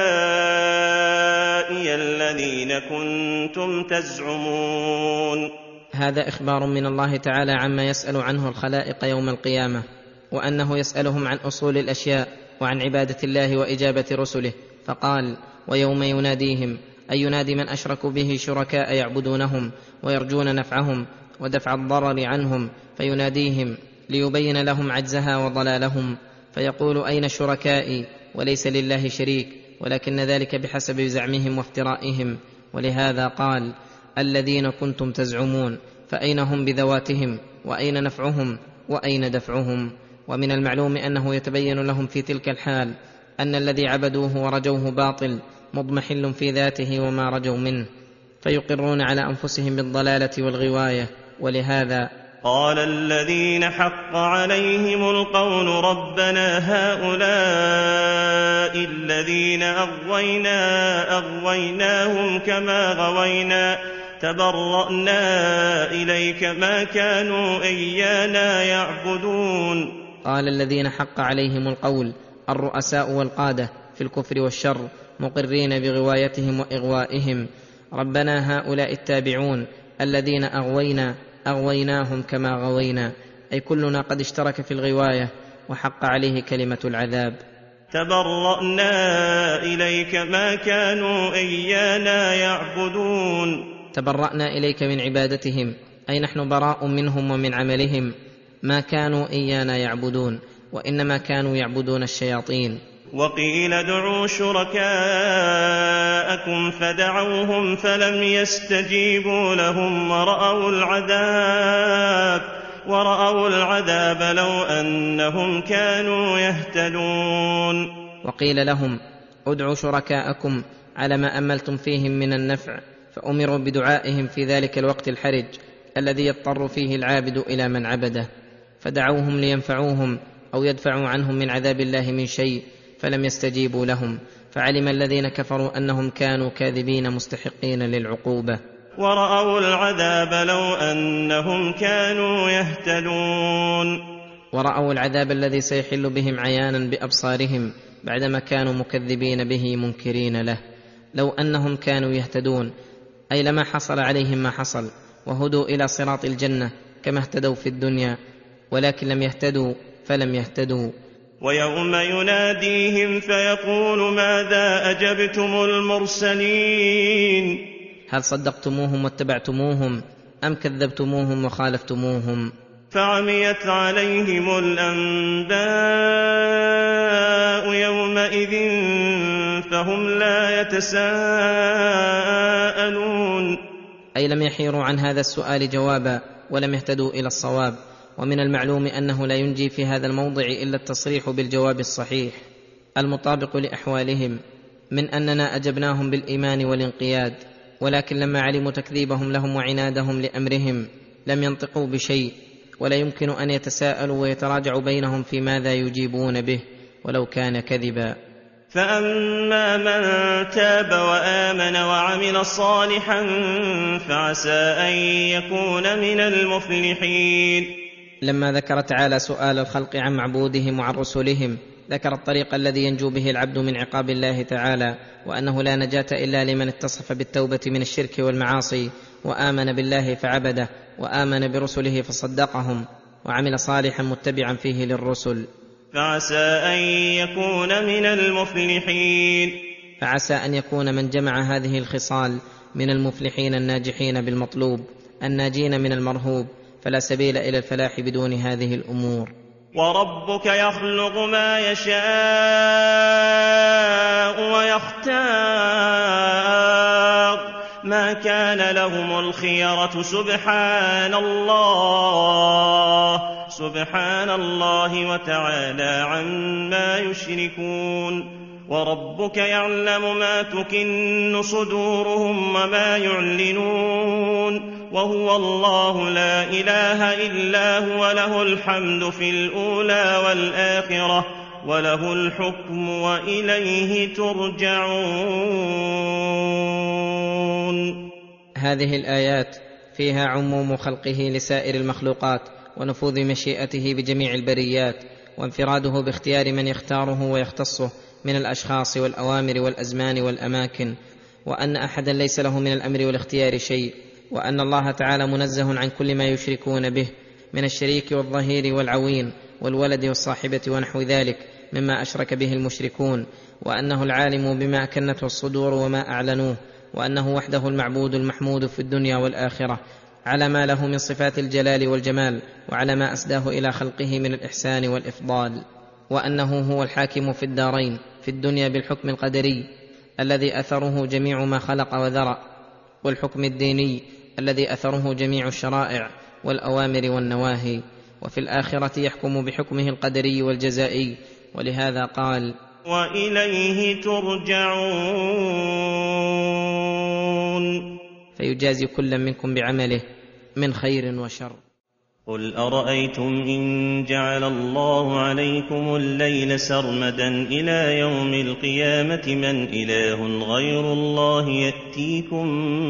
الذين كنتم تزعمون. هذا إخبار من الله تعالى عما يسأل عنه الخلائق يوم القيامة، وأنه يسألهم عن أصول الأشياء وعن عبادة الله وإجابة رسله، فقال: ويوم يناديهم، أي ينادي من أشركوا به شركاء يعبدونهم ويرجون نفعهم ودفع الضرر عنهم، فيناديهم ليبين لهم عجزها وضلالهم، فيقول أين شركائي، وليس لله شريك، ولكن ذلك بحسب زعمهم وافترائهم، ولهذا قال: الذين كنتم تزعمون، فأين هم بذواتهم، وأين نفعهم، وأين دفعهم. ومن المعلوم أنه يتبين لهم في تلك الحال أن الذي عبدوه ورجوه باطل مضمحل في ذاته وما رجوا منه، فيقرون على أنفسهم بالضلالة والغواية. ولهذا قال الذين حق عليهم القول ربنا هؤلاء الذين أغويناهم كما غوينا تبرأنا إليك ما كانوا إيانا يعبدون. قال الذين حق عليهم القول الرؤساء والقادة في الكفر والشر مقرين بغوايتهم وإغوائهم: ربنا هؤلاء التابعون الذين أغويناهم كما غوينا، أي كلنا قد اشترك في الغواية وحق عليه كلمة العذاب. تبرأنا إليك ما كانوا إيانا يعبدون. تبرأنا إليك من عبادتهم، أي نحن براء منهم ومن عملهم، ما كانوا إيانا يعبدون، وإنما كانوا يعبدون الشياطين. وقيل ادعوا شركاءكم فدعوهم فلم يستجيبوا لهم ورأوا العذاب لو أنهم كانوا يهتدون. وقيل لهم ادعوا شركاءكم على ما أملتم فيهم من النفع، فأمروا بدعائهم في ذلك الوقت الحرج الذي يضطر فيه العابد إلى من عبده، فدعوهم لينفعوهم أو يدفعوا عنهم من عذاب الله من شيء، فلم يستجيبوا لهم، فعلم الذين كفروا أنهم كانوا كاذبين مستحقين للعقوبة. ورأوا العذاب لو أنهم كانوا يهتدون. ورأوا العذاب الذي سيحل بهم عيانا بأبصارهم بعدما كانوا مكذبين به منكرين له. لو أنهم كانوا يهتدون أي لما حصل عليهم ما حصل، وهدوا إلى صراط الجنة كما اهتدوا في الدنيا، ولكن لم يهتدوا فلم يهتدوا. ويوم يناديهم فيقول ماذا أجبتم المرسلين؟ هل صدقتموهم واتبعتموهم أم كذبتموهم وخالفتموهم؟ فعميت عليهم الأنباء يومئذ فهم لا يتساءلون. أي لم يحيروا عن هذا السؤال جوابا ولم يهتدوا إلى الصواب. ومن المعلوم أنه لا ينجي في هذا الموضع إلا التصريح بالجواب الصحيح المطابق لأحوالهم، من أننا أجبناهم بالإيمان والانقياد، ولكن لما علموا تكذيبهم لهم وعنادهم لأمرهم لم ينطقوا بشيء، ولا يمكن أن يتساءلوا ويتراجعوا بينهم في ماذا يجيبون به ولو كان كذبا. فأما من تاب وآمن وعمل صالحا فعسى أن يكون من المفلحين. لما ذكر تعالى سؤال الخلق عن معبودهم وعن رسلهم، ذكر الطريق الذي ينجو به العبد من عقاب الله تعالى، وأنه لا نجاة إلا لمن اتصف بالتوبة من الشرك والمعاصي وآمن بالله فعبده، وآمن برسله فصدقهم، وعمل صالحا متبعا فيه للرسل. فعسى أن يكون من المفلحين. فعسى أن يكون من جمع هذه الخصال من المفلحين الناجحين بالمطلوب الناجين من المرهوب، فلا سبيل إلى الفلاح بدون هذه الأمور. وربك يخلق ما يشاء ويختار ما كان لهم الخيرة سبحان الله وتعالى عما يشركون. وربك يعلم ما تكن صدورهم وما يعلنون، وهو الله لا إله إلا هو له الحمد في الأولى والآخرة وله الحكم وإليه ترجعون. هذه الآيات فيها عموم خلقه لسائر المخلوقات ونفوذ مشيئته بجميع البريات، وانفراده باختيار من يختاره ويختصه من الأشخاص والأوامر والأزمان والأماكن، وأن أحدا ليس له من الأمر والاختيار شيء، وأن الله تعالى منزه عن كل ما يشركون به من الشريك والظهير والعوين والولد والصاحبة ونحو ذلك مما أشرك به المشركون، وأنه العالم بما أكنته الصدور وما أعلنوه، وأنه وحده المعبود المحمود في الدنيا والآخرة على ما له من صفات الجلال والجمال، وعلى ما أسداه إلى خلقه من الإحسان والإفضال، وأنه هو الحاكم في الدارين، في الدنيا بالحكم القدري الذي أثره جميع ما خلق وذرأ، والحكم الديني الذي أثره جميع الشرائع والأوامر والنواهي، وفي الآخرة يحكم بحكمه القدري والجزائي. ولهذا قال وإليه ترجعون، فيجازي كل منكم بعمله من خير وشر. قل أرأيتم إن جعل الله عليكم الليل سرمدا إلى يوم القيامة من إله غير الله يأتيكم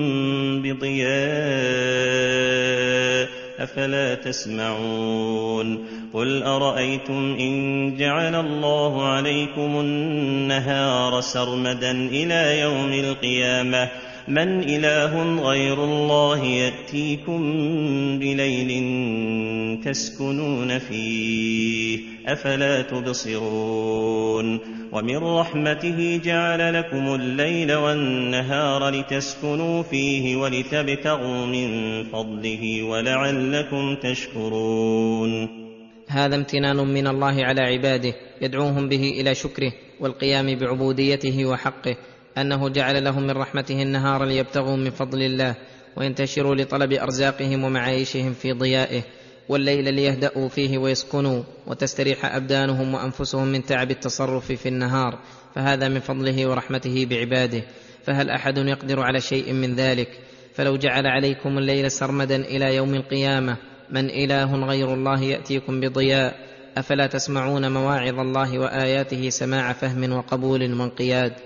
بضياء أفلا تسمعون. قل أرأيتم إن جعل الله عليكم النهار سرمدا إلى يوم القيامة من إله غير الله يأتيكم بليل تسكنون فيه أفلا تبصرون. ومن رحمته جعل لكم الليل والنهار لتسكنوا فيه ولتبتغوا من فضله ولعلكم تشكرون. هذا امتنان من الله على عباده يدعوهم به إلى شكره والقيام بعبوديته وحقه، أنه جعل لهم من رحمته النهار ليبتغوا من فضل الله وينتشروا لطلب أرزاقهم ومعايشهم في ضيائه، والليل ليهدأوا فيه ويسكنوا وتستريح أبدانهم وأنفسهم من تعب التصرف في النهار، فهذا من فضله ورحمته بعباده. فهل أحد يقدر على شيء من ذلك؟ فلو جعل عليكم الليل سرمدا إلى يوم القيامة من إله غير الله يأتيكم بضياء أفلا تسمعون مواعظ الله وآياته سماع فهم وقبول وانقياد.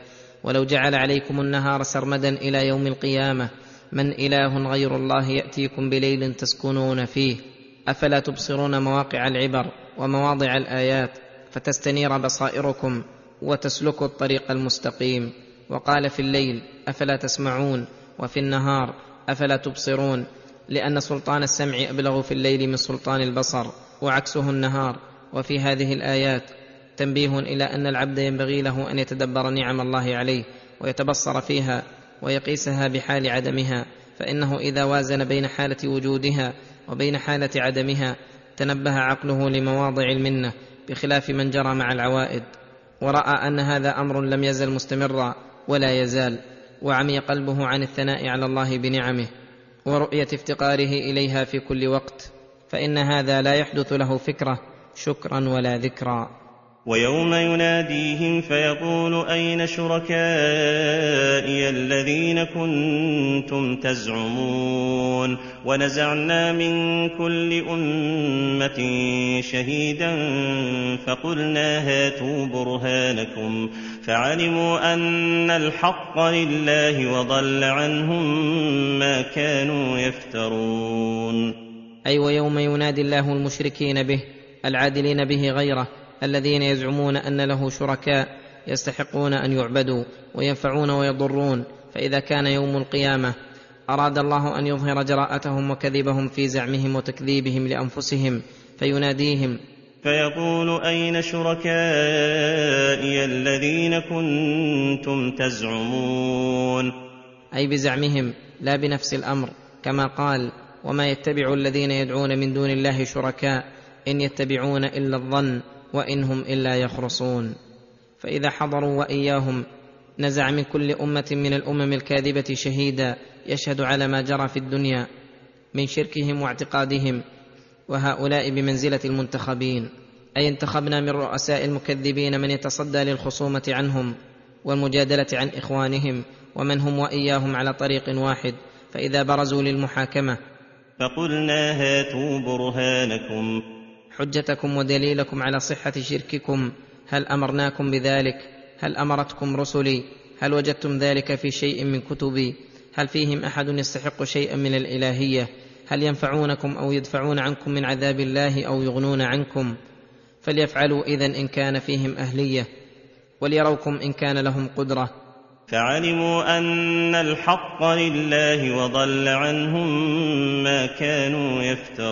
ولو جعل عليكم النهار سرمدا إلى يوم القيامة من إله غير الله يأتيكم بليل تسكنون فيه أفلا تبصرون مواقع العبر ومواضع الآيات فتستنير بصائركم وتسلكوا الطريق المستقيم. وقال في الليل أفلا تسمعون وفي النهار أفلا تبصرون، لأن سلطان السمع أبلغ في الليل من سلطان البصر وعكسه النهار. وفي هذه الآيات تنبيه إلى أن العبد ينبغي له أن يتدبر نعم الله عليه ويتبصر فيها ويقيسها بحال عدمها، فإنه إذا وازن بين حالة وجودها وبين حالة عدمها تنبه عقله لمواضع المنة، بخلاف من جرى مع العوائد ورأى أن هذا أمر لم يزل مستمرا ولا يزال، وعمي قلبه عن الثناء على الله بنعمه ورؤية افتقاره إليها في كل وقت، فإن هذا لا يحدث له فكرة شكرا ولا ذكرا. ويوم يناديهم فيقول أين شركائي الذين كنتم تزعمون ونزعنا من كل أمة شهيدا فقلنا هاتوا برهانكم فعلموا أن الحق لله وضل عنهم ما كانوا يفترون. أي ويوم ينادي الله المشركين به العادلين به غيره الذين يزعمون أن له شركاء يستحقون أن يعبدوا وينفعون ويضرون، فإذا كان يوم القيامة أراد الله أن يظهر جراءتهم وكذبهم في زعمهم وتكذيبهم لأنفسهم فيناديهم فيقول أين شركائي الذين كنتم تزعمون، أي بزعمهم لا بنفس الأمر، كما قال وما يتبع الذين يدعون من دون الله شركاء إن يتبعون إلا الظن وإن هم إلا يخرصون. فإذا حضروا وإياهم نزع من كل أمة من الأمم الكاذبة شهيدا يشهد على ما جرى في الدنيا من شركهم واعتقادهم، وهؤلاء بمنزلة المنتخبين، أي انتخبنا من رؤساء المكذبين من يتصدى للخصومة عنهم والمجادلة عن إخوانهم ومن هم وإياهم على طريق واحد، فإذا برزوا للمحاكمة فقلنا هاتوا برهانكم حجتكم ودليلكم على صحة شرككم، هل أمرناكم بذلك؟ هل أمرتكم رسلي؟ هل وجدتم ذلك في شيء من كتبي؟ هل فيهم أحد يستحق شيئا من الإلهية؟ هل ينفعونكم أو يدفعون عنكم من عذاب الله أو يغنون عنكم؟ فليفعلوا إذن إن كان فيهم أهلية وليروكم إن كان لهم قدرة. فعلموا أن الحق لله وضل عنهم ما كانوا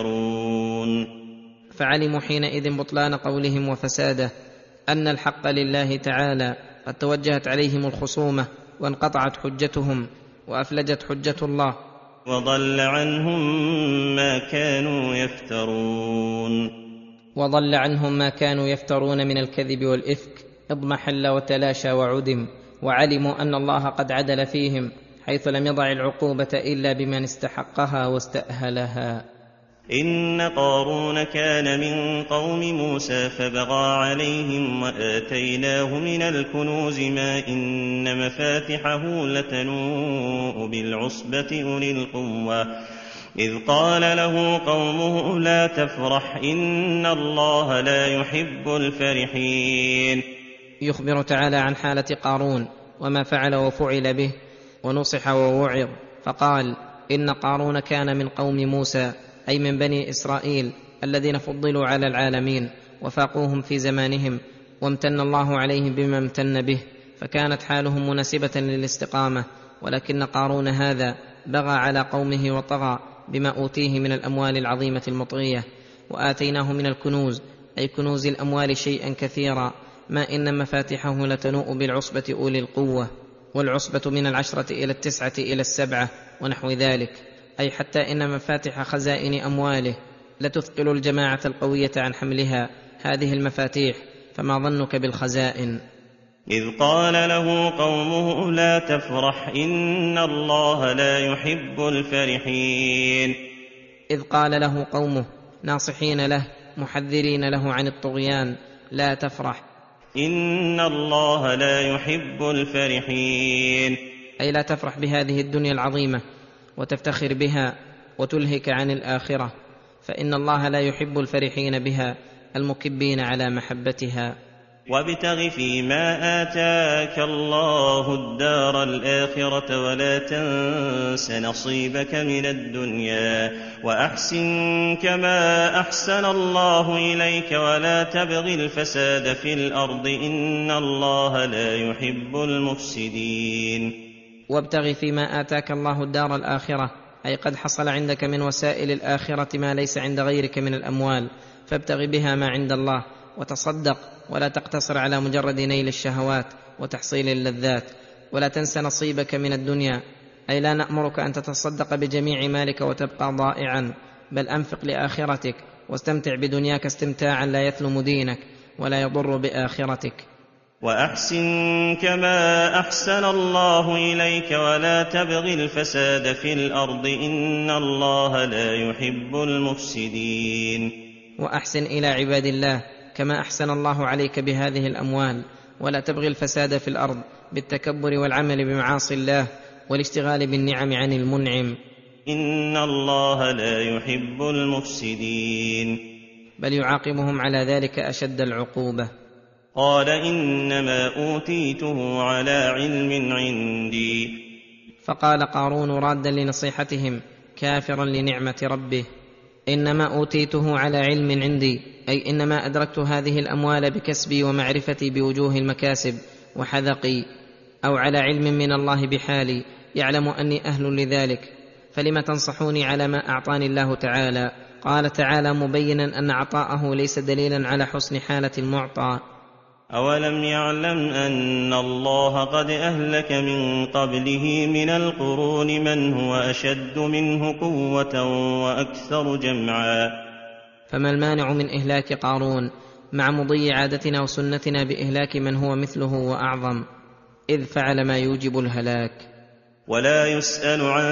يفترون. فعلموا حينئذ بطلان قولهم وفساده، أن الحق لله تعالى قد توجهت عليهم الخصومة وانقطعت حجتهم وأفلجت حجة الله، وضل عنهم ما كانوا يفترون. وضل عنهم ما كانوا يفترون من الكذب والإفك اضمحل وتلاشى وعدم، وعلموا أن الله قد عدل فيهم حيث لم يضع العقوبة إلا بمن استحقها واستأهلها. إن قارون كان من قوم موسى فبغى عليهم وآتيناه من الكنوز ما إن مفاتحه لتنوء بالعصبة أولي القوة إذ قال له قومه لا تفرح إن الله لا يحب الفرحين. يخبر تعالى عن حالة قارون وما فعل وفعل به ونصح ووعظ، فقال إن قارون كان من قوم موسى، أي من بني إسرائيل الذين فضلوا على العالمين وفاقوهم في زمانهم، وامتن الله عليهم بما امتن به، فكانت حالهم مناسبة للاستقامة. ولكن قارون هذا بغى على قومه وطغى بما أوتيه من الأموال العظيمة المطغية، وآتيناه من الكنوز أي كنوز الأموال شيئا كثيرا، ما إن مفاتحه لتنوء بالعصبة أولي القوة، والعصبة من 10 إلى 9 إلى 7 ونحو ذلك، أي حتى إن مفاتح خزائن أمواله لتثقل الجماعة القوية عن حملها هذه المفاتيح، فما ظنك بالخزائن. إذ قال له قومه لا تفرح إن الله لا يحب الفرحين. إذ قال له قومه ناصحين له محذرين له عن الطغيان لا تفرح إن الله لا يحب الفرحين، أي لا تفرح بهذه الدنيا العظيمة وتفتخر بها وتلهك عن الآخرة، فإن الله لا يحب الفرحين بها المكبين على محبتها. وابتغ فيما آتاك الله الدار الآخرة ولا تنس نصيبك من الدنيا وأحسن كما أحسن الله إليك ولا تبغ الفساد في الأرض إن الله لا يحب المفسدين. وابتغ فيما آتاك الله الدار الآخرة، أي قد حصل عندك من وسائل الآخرة ما ليس عند غيرك من الأموال، فابتغ بها ما عند الله وتصدق، ولا تقتصر على مجرد نيل الشهوات وتحصيل اللذات. ولا تنس نصيبك من الدنيا، أي لا نأمرك أن تتصدق بجميع مالك وتبقى ضائعا، بل أنفق لآخرتك واستمتع بدنياك استمتاعا لا يثلم دينك ولا يضر بآخرتك. وأحسن كما أحسن الله إليك ولا تبغ الفساد في الأرض إن الله لا يحب المفسدين. وأحسن إلى عباد الله كما أحسن الله عليك بهذه الأموال، ولا تبغي الفساد في الأرض بالتكبر والعمل بمعاصي الله والاشتغال بالنعم عن المنعم. إن الله لا يحب المفسدين. بل يعاقبهم على ذلك أشد العقوبة. قال إنما أوتيته على علم عندي. فقال قارون رادا لنصيحتهم كافرا لنعمة ربه: إنما أوتيته على علم عندي، أي إنما أدركت هذه الأموال بكسبي ومعرفتي بوجوه المكاسب وحذقي، أو على علم من الله بحالي يعلم أني أهل لذلك، فلم تنصحوني على ما أعطاني الله تعالى؟ قال تعالى مبينا أن عطاءه ليس دليلا على حسن حالة المعطى: أولم يعلم أن الله قد أهلك من قبله من القرون من هو أشد منه قوة وأكثر جمعا. فما المانع من إهلاك قارون مع مضي عادتنا وسنتنا بإهلاك من هو مثله وأعظم، إذ فعل ما يوجب الهلاك. ولا يسأل عن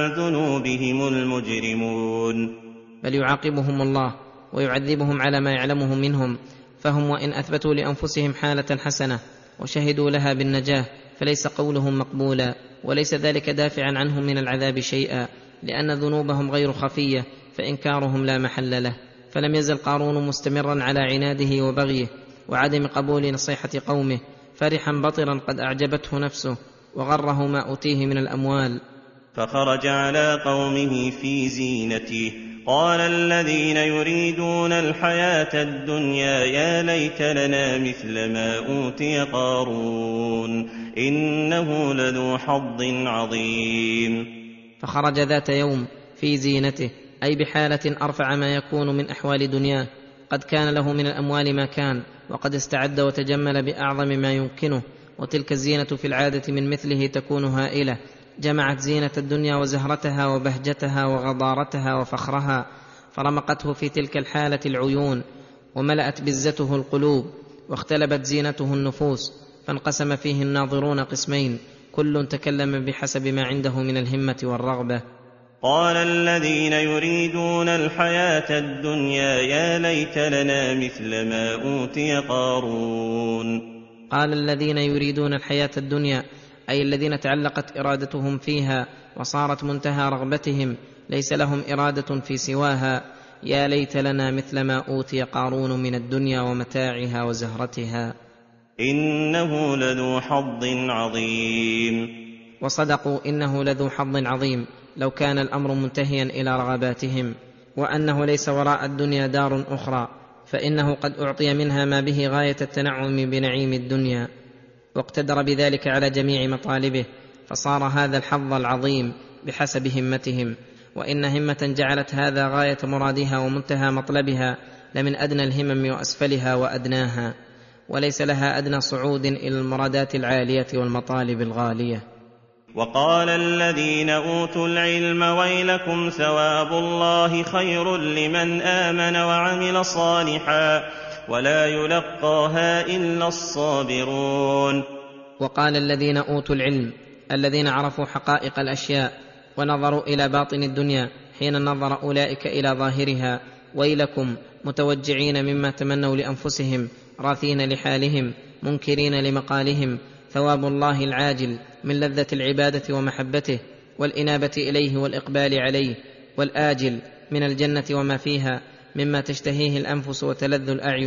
ذنوبهم المجرمون. بل يعاقبهم الله ويعذبهم على ما يعلمه منهم، فهم وإن أثبتوا لأنفسهم حالة حسنة وشهدوا لها بالنجاة فليس قولهم مقبولا، وليس ذلك دافعا عنهم من العذاب شيئا، لأن ذنوبهم غير خفية فإنكارهم لا محل له. فلم يزل قارون مستمرا على عناده وبغيه وعدم قبول نصيحة قومه، فرحا بطرا قد أعجبته نفسه وغره ما أوتيه من الأموال. فخرج على قومه في زينته قال الذين يريدون الحياة الدنيا يا ليت لنا مثل ما أوتي قارون إنه لذو حظ عظيم. فخرج ذات يوم في زينته، أي بحالة أرفع ما يكون من أحوال دنياه، قد كان له من الأموال ما كان، وقد استعد وتجمل بأعظم ما يمكنه، وتلك الزينة في العادة من مثله تكون هائلة، جمعت زينة الدنيا وزهرتها وبهجتها وغضارتها وفخرها، فرمقته في تلك الحالة العيون، وملأت بزته القلوب، واختلبت زينته النفوس، فانقسم فيه الناظرون قسمين، كل تكلم بحسب ما عنده من الهمة والرغبة. قال الذين يريدون الحياة الدنيا يا ليت لنا مثل ما أوتي قارون. قال الذين يريدون الحياة الدنيا، أي الذين تعلقت إرادتهم فيها وصارت منتهى رغبتهم، ليس لهم إرادة في سواها، يا ليت لنا مثل ما أوتي قارون من الدنيا ومتاعها وزهرتها إنه لذو حظ عظيم. وصدقوا إنه لذو حظ عظيم، لو كان الأمر منتهيا إلى رغباتهم، وأنه ليس وراء الدنيا دار أخرى، فإنه قد أعطي منها ما به غاية التنعم بنعيم الدنيا، واقتدر بذلك على جميع مطالبه، فصار هذا الحظ العظيم بحسب همتهم. وإن همة جعلت هذا غاية مرادها ومنتهى مطلبها لمن أدنى الهمم وأسفلها وأدناها، وليس لها أدنى صعود إلى المرادات العالية والمطالب الغالية. وقال الذين أوتوا العلم ويلكم ثواب الله خير لمن آمن وعمل صالحا ولا يلقاها إلا الصابرون. وقال الذين أوتوا العلم، الذين عرفوا حقائق الأشياء ونظروا إلى باطن الدنيا حين نظر أولئك إلى ظاهرها: ويلكم، متوجعين مما تمنوا لأنفسهم، راثين لحالهم، منكرين لمقالهم، ثواب الله العاجل من لذة العبادة ومحبته والإنابة إليه والإقبال عليه، والآجل من الجنة وما فيها مما تشتهيه الأنفس وتلذ الأعين،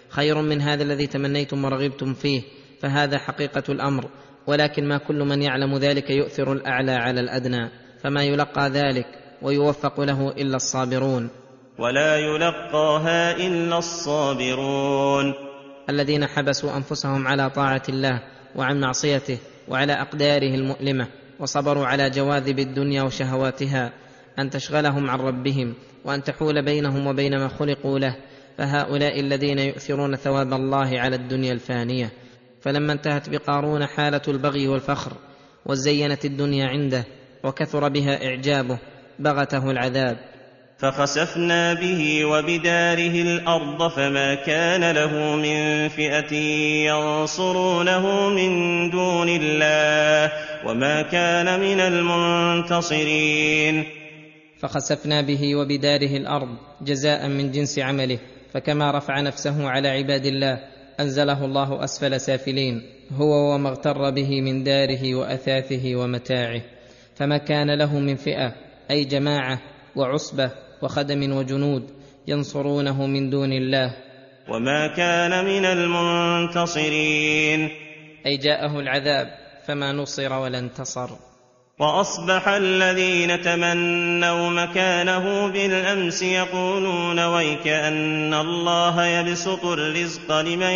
خير من هذا الذي تمنيتم ورغبتم فيه، فهذا حقيقة الأمر. ولكن ما كل من يعلم ذلك يؤثر الأعلى على الأدنى، فما يلقى ذلك ويوفق له إلا الصابرون. ولا يلقاها إلا الصابرون الذين حبسوا أنفسهم على طاعة الله وعن معصيته وعلى أقداره المؤلمة، وصبروا على جواذب الدنيا وشهواتها أن تشغلهم عن ربهم وأن تحول بينهم وبين ما خلقوا له، فهؤلاء الذين يؤثرون ثواب الله على الدنيا الفانية. فلما انتهت بقارون حالة البغي والفخر وزينت الدنيا عنده وكثر بها إعجابه، بغته العذاب فخسفنا به وبداره الأرض فما كان له من فئة ينصرونه من دون الله وما كان من المنتصرين. فخسفنا به وبداره الأرض جزاء من جنس عمله، فكما رفع نفسه على عباد الله أنزله الله أسفل سافلين، هو وما اغتر به من داره وأثاثه ومتاعه. فما كان له من فئة، أي جماعة وعصبة وخدم وجنود، ينصرونه من دون الله، وما كان من المنتصرين، أي جاءه العذاب فما نصر ولا انتصر. وأصبح الذين تمنوا مكانه بالأمس يقولون ويكأن الله يبسط الرزق لمن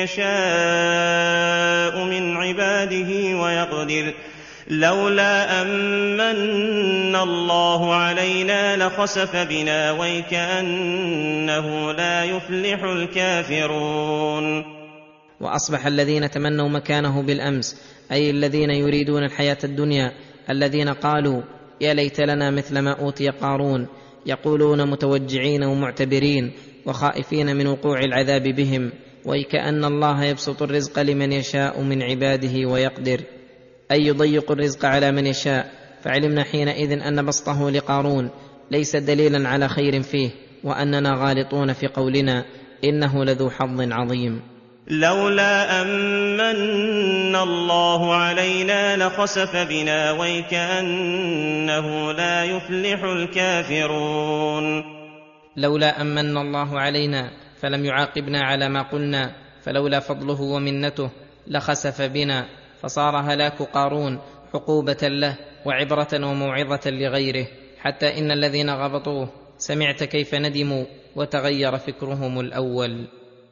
يشاء من عباده ويقدر لولا أمن الله علينا لخسف بنا ويكأنه لا يفلح الكافرون. وأصبح الذين تمنوا مكانه بالأمس، أي الذين يريدون الحياة الدنيا، الذين قالوا يا ليت لنا مثل ما أوتي قارون، يقولون متوجعين ومعتبرين وخائفين من وقوع العذاب بهم، ويكأن الله يبسط الرزق لمن يشاء من عباده ويقدر، أي يضيق الرزق على من يشاء. فعلمنا حينئذ أن بسطه لقارون ليس دليلا على خير فيه، وأننا غالطون في قولنا إنه لذو حظ عظيم. لولا أمن الله علينا لخسف بنا ويكأنه لا يفلح الكافرون. لولا أمن الله علينا فلم يعاقبنا على ما قلنا، فلولا فضله ومنته لخسف بنا، فصار هلاك قارون عقوبة له وعبرة وموعظة لغيره، حتى إن الذين غبطوه سمعت كيف ندموا وتغير فكرهم الأول.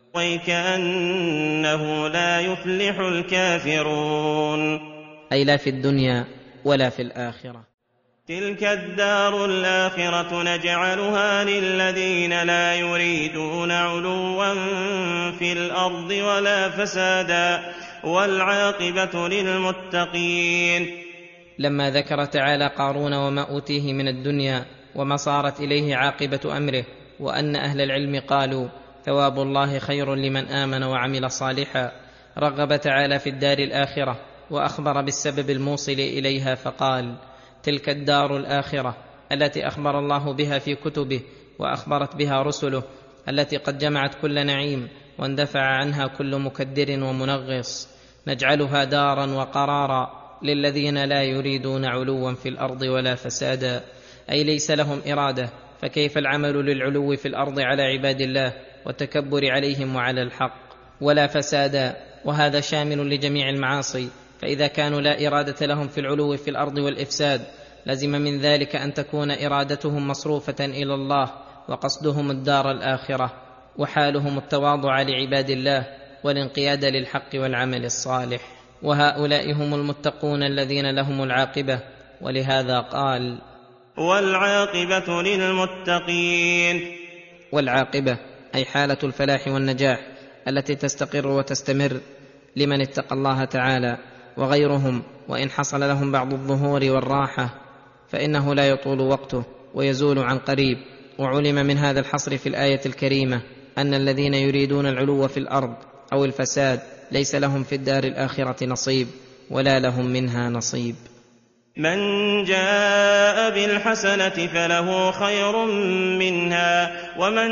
ويكأنه لا يفلح الكافرون، أي لا في الدنيا ولا في الآخرة. تلك الدار الآخرة نجعلها للذين لا يريدون علوا في الأرض ولا فسادا والعاقبة للمتقين. لما ذكر تعالى قارون وما أوتيه من الدنيا وما صارت إليه عاقبة أمره، وأن أهل العلم قالوا ثواب الله خير لمن آمن وعمل صالحا، رغب تعالى في الدار الآخرة وأخبر بالسبب الموصل إليها، فقال تلك الدار الآخرة التي أخبر الله بها في كتبه وأخبرت بها رسله، التي قد جمعت كل نعيم واندفع عنها كل مكدر ومنغص، نجعلها دارا وقرارا للذين لا يريدون علوا في الأرض ولا فسادا، أي ليس لهم إرادة، فكيف العمل للعلو في الأرض على عباد الله والتكبر عليهم وعلى الحق، ولا فسادا، وهذا شامل لجميع المعاصي. فإذا كانوا لا إرادة لهم في العلو في الأرض والإفساد، لزم من ذلك أن تكون إرادتهم مصروفة إلى الله وقصدهم الدار الآخرة، وحالهم التواضع لعباد الله والانقياد للحق والعمل الصالح. وهؤلاء هم المتقون الذين لهم العاقبة، ولهذا قال والعاقبة للمتقين. والعاقبة أي حالة الفلاح والنجاح التي تستقر وتستمر لمن اتقى الله تعالى، وغيرهم وإن حصل لهم بعض الظهور والراحة فإنه لا يطول وقته ويزول عن قريب. وعلم من هذا الحصر في الآية الكريمة أن الذين يريدون العلو في الأرض أو الفساد ليس لهم في الدار الآخرة نصيب ولا لهم منها نصيب. من جاء بالحسنة فله خير منها ومن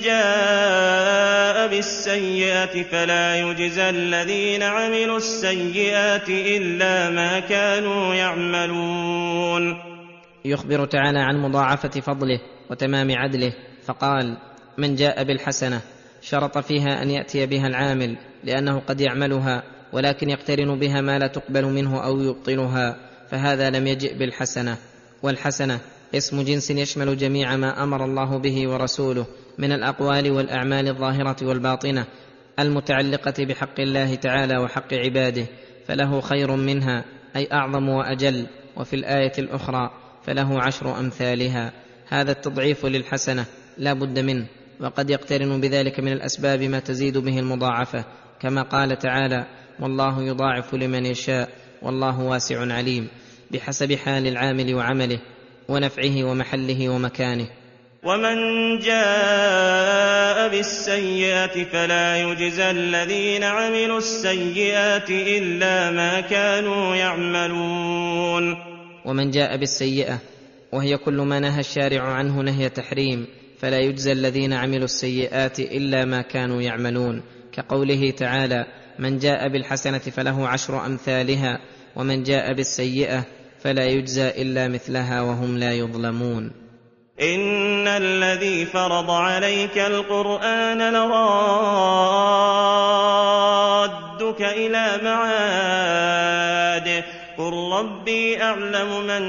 جاء بالسيئة فلا يجزى الذين عملوا السيئات إلا ما كانوا يعملون. يخبر تعالى عن مضاعفة فضله وتمام عدله، فقال من جاء بالحسنة، شرط فيها أن يأتي بها العامل لأنه قد يعملها ولكن يقترن بها ما لا تقبل منه أو يبطلها، فهذا لم يجئ بالحسنة. والحسنة اسم جنس يشمل جميع ما أمر الله به ورسوله من الأقوال والأعمال الظاهرة والباطنة المتعلقة بحق الله تعالى وحق عباده، فله خير منها أي أعظم وأجل. وفي الآية الأخرى فله 10 أمثالها. هذا التضعيف للحسنة لا بد منه، وقد يقترن بذلك من الأسباب ما تزيد به المضاعفة، كما قال تعالى: والله يضاعف لمن يشاء والله واسع عليم، بحسب حال العامل وعمله ونفعه ومحله ومكانه. ومن جاء بالسيئة فلا يجزى الذين عملوا السيئات إلا ما كانوا يعملون. ومن جاء بالسيئة وهي كل ما نهى الشارع عنه نهي تحريم، فلا يجزى الذين عملوا السيئات إلا ما كانوا يعملون، كقوله تعالى: من جاء بالحسنة فله 10 أمثالها، ومن جاء بالسيئة فلا يجزى إلا مثلها وهم لا يظلمون. إن الذي فرض عليك القرآن لرادك إلى معاد، قل ربي أعلم من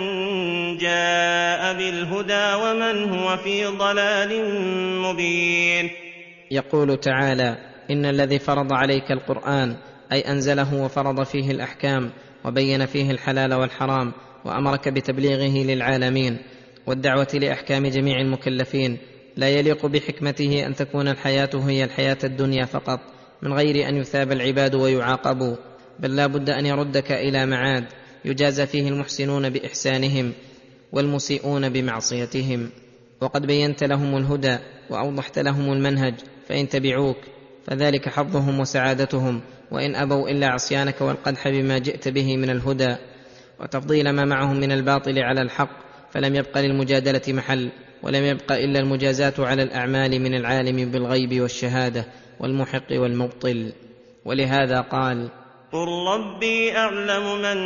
جاء بالهدى ومن هو في ضلال مبين. يقول تعالى: إن الذي فرض عليك القرآن أي أنزله وفرض فيه الأحكام وبين فيه الحلال والحرام وأمرك بتبليغه للعالمين والدعوة لأحكام جميع المكلفين. لا يليق بحكمته أن تكون الحياة هي الحياة الدنيا فقط من غير أن يثاب العباد ويعاقبوا، بل لا بد أن يردك إلى معاد يجازى فيه المحسنون بإحسانهم والمسيئون بمعصيتهم. وقد بينت لهم الهدى وأوضحت لهم المنهج، فإن تبعوك فذلك حظهم وسعادتهم، وإن أبوا إلا عصيانك والقدح بما جئت به من الهدى وتفضيل ما معهم من الباطل على الحق، فلم يبق للمجادلة محل، ولم يبق إلا المجازاة على الأعمال من العالم بالغيب والشهادة والمحق والمبطل. ولهذا قال: قل ربي أعلم من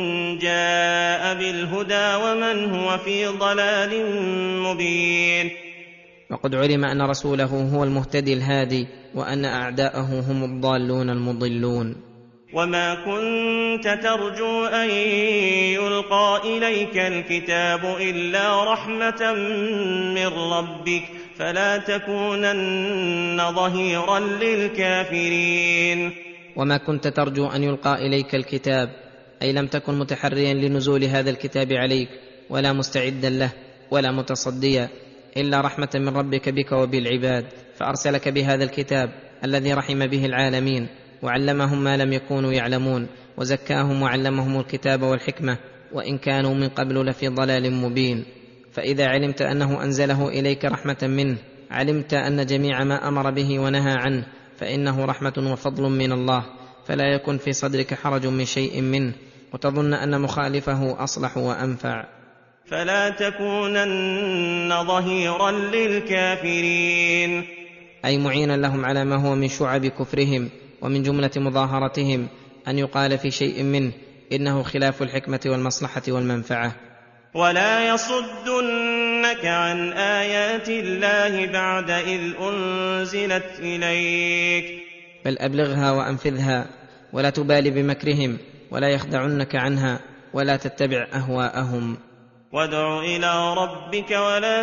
جاء بالهدى ومن هو في ضلال مبين. وقد علم أن رسوله هو المهتدي الهادي، وأن أعداءه هم الضالون المضلون. وما كنت ترجو أن يلقى إليك الكتاب إلا رحمة من ربك فلا تكونن ظهيرا للكافرين. وما كنت ترجو أن يلقى إليك الكتاب أي لم تكن متحريا لنزول هذا الكتاب عليك ولا مستعدا له ولا متصديا، إلا رحمة من ربك بك وبالعباد، فأرسلك بهذا الكتاب الذي رحم به العالمين وعلمهم ما لم يكونوا يعلمون، وزكاهم وعلمهم الكتاب والحكمة، وإن كانوا من قبل لفي ضلال مبين. فإذا علمت أنه أنزله إليك رحمة منه، علمت أن جميع ما أمر به ونهى عنه فإنه رحمة وفضل من الله، فلا يكن في صدرك حرج من شيء منه، وتظن أن مخالفه أصلح وأنفع. فلا تكونن ظهيرا للكافرين، أي معينا لهم على ما هو من شعب كفرهم ومن جملة مظاهرتهم أن يقال في شيء منه إنه خلاف الحكمة والمصلحة والمنفعة. ولا يصدنك عن آيات الله بعد إذ أنزلت إليك، بل أبلغها وأنفذها، ولا تبالي بمكرهم ولا يخدعنك عنها، ولا تتبع أهواءهم. وادع إلى ربك ولا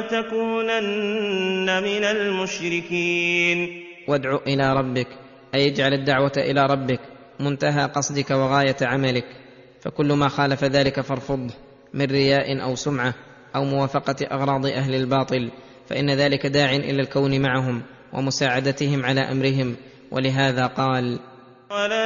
تكونن من المشركين. وادع إلى ربك أي اجعل الدعوة إلى ربك منتهى قصدك وغاية عملك، فكل ما خالف ذلك فارفضه من رياء أو سمعة أو موافقة أغراض أهل الباطل، فإن ذلك داع إلى الكون معهم ومساعدتهم على أمرهم. ولهذا قال: ولا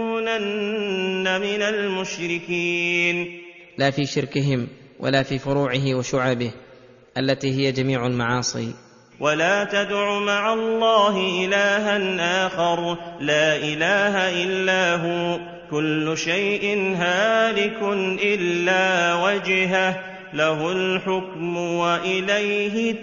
تكونن من المشركين، لا في شركهم ولا في فروعه وشعبه التي هي جميع المعاصي. ولا تدع مع الله إلها آخر لا إله إلا هو كل شيء هالك إلا وجهه له الحكم وإليه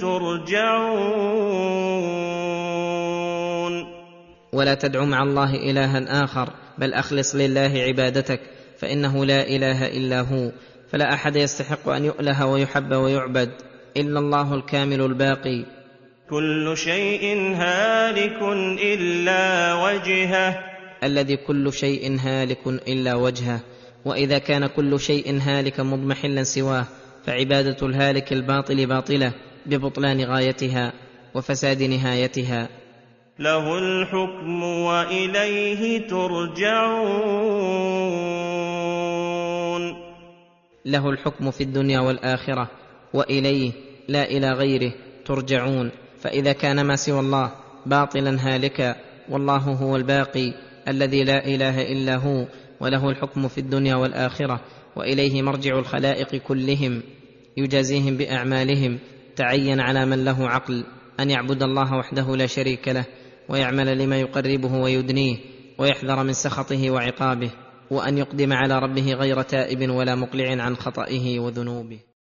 ترجعون. ولا تدع مع الله إلها آخر، بل أخلص لله عبادتك، فإنه لا إله إلا هو، فلا أحد يستحق أن يؤله ويحب ويعبد إلا الله الكامل الباقي. كل شيء هالك إلا وجهه، الذي كل شيء هالك إلا وجهه. وإذا كان كل شيء هالكا مضمحلا سواه فعبادة الهالك الباطل باطلة ببطلان غايتها وفساد نهايتها. له الحكم وإليه ترجعون. له الحكم في الدنيا والآخرة، وإليه لا إلى غيره ترجعون. فإذا كان ما سوى الله باطلا هالكا والله هو الباقي الذي لا إله إلا هو، وله الحكم في الدنيا والآخرة، وإليه مرجع الخلائق كلهم يجازيهم بأعمالهم، تعين على من له عقل أن يعبد الله وحده لا شريك له، ويعمل لما يقربه ويدنيه، ويحذر من سخطه وعقابه، وأن يقدم على ربه غير تائب ولا مقلع عن خطئه وذنوبه.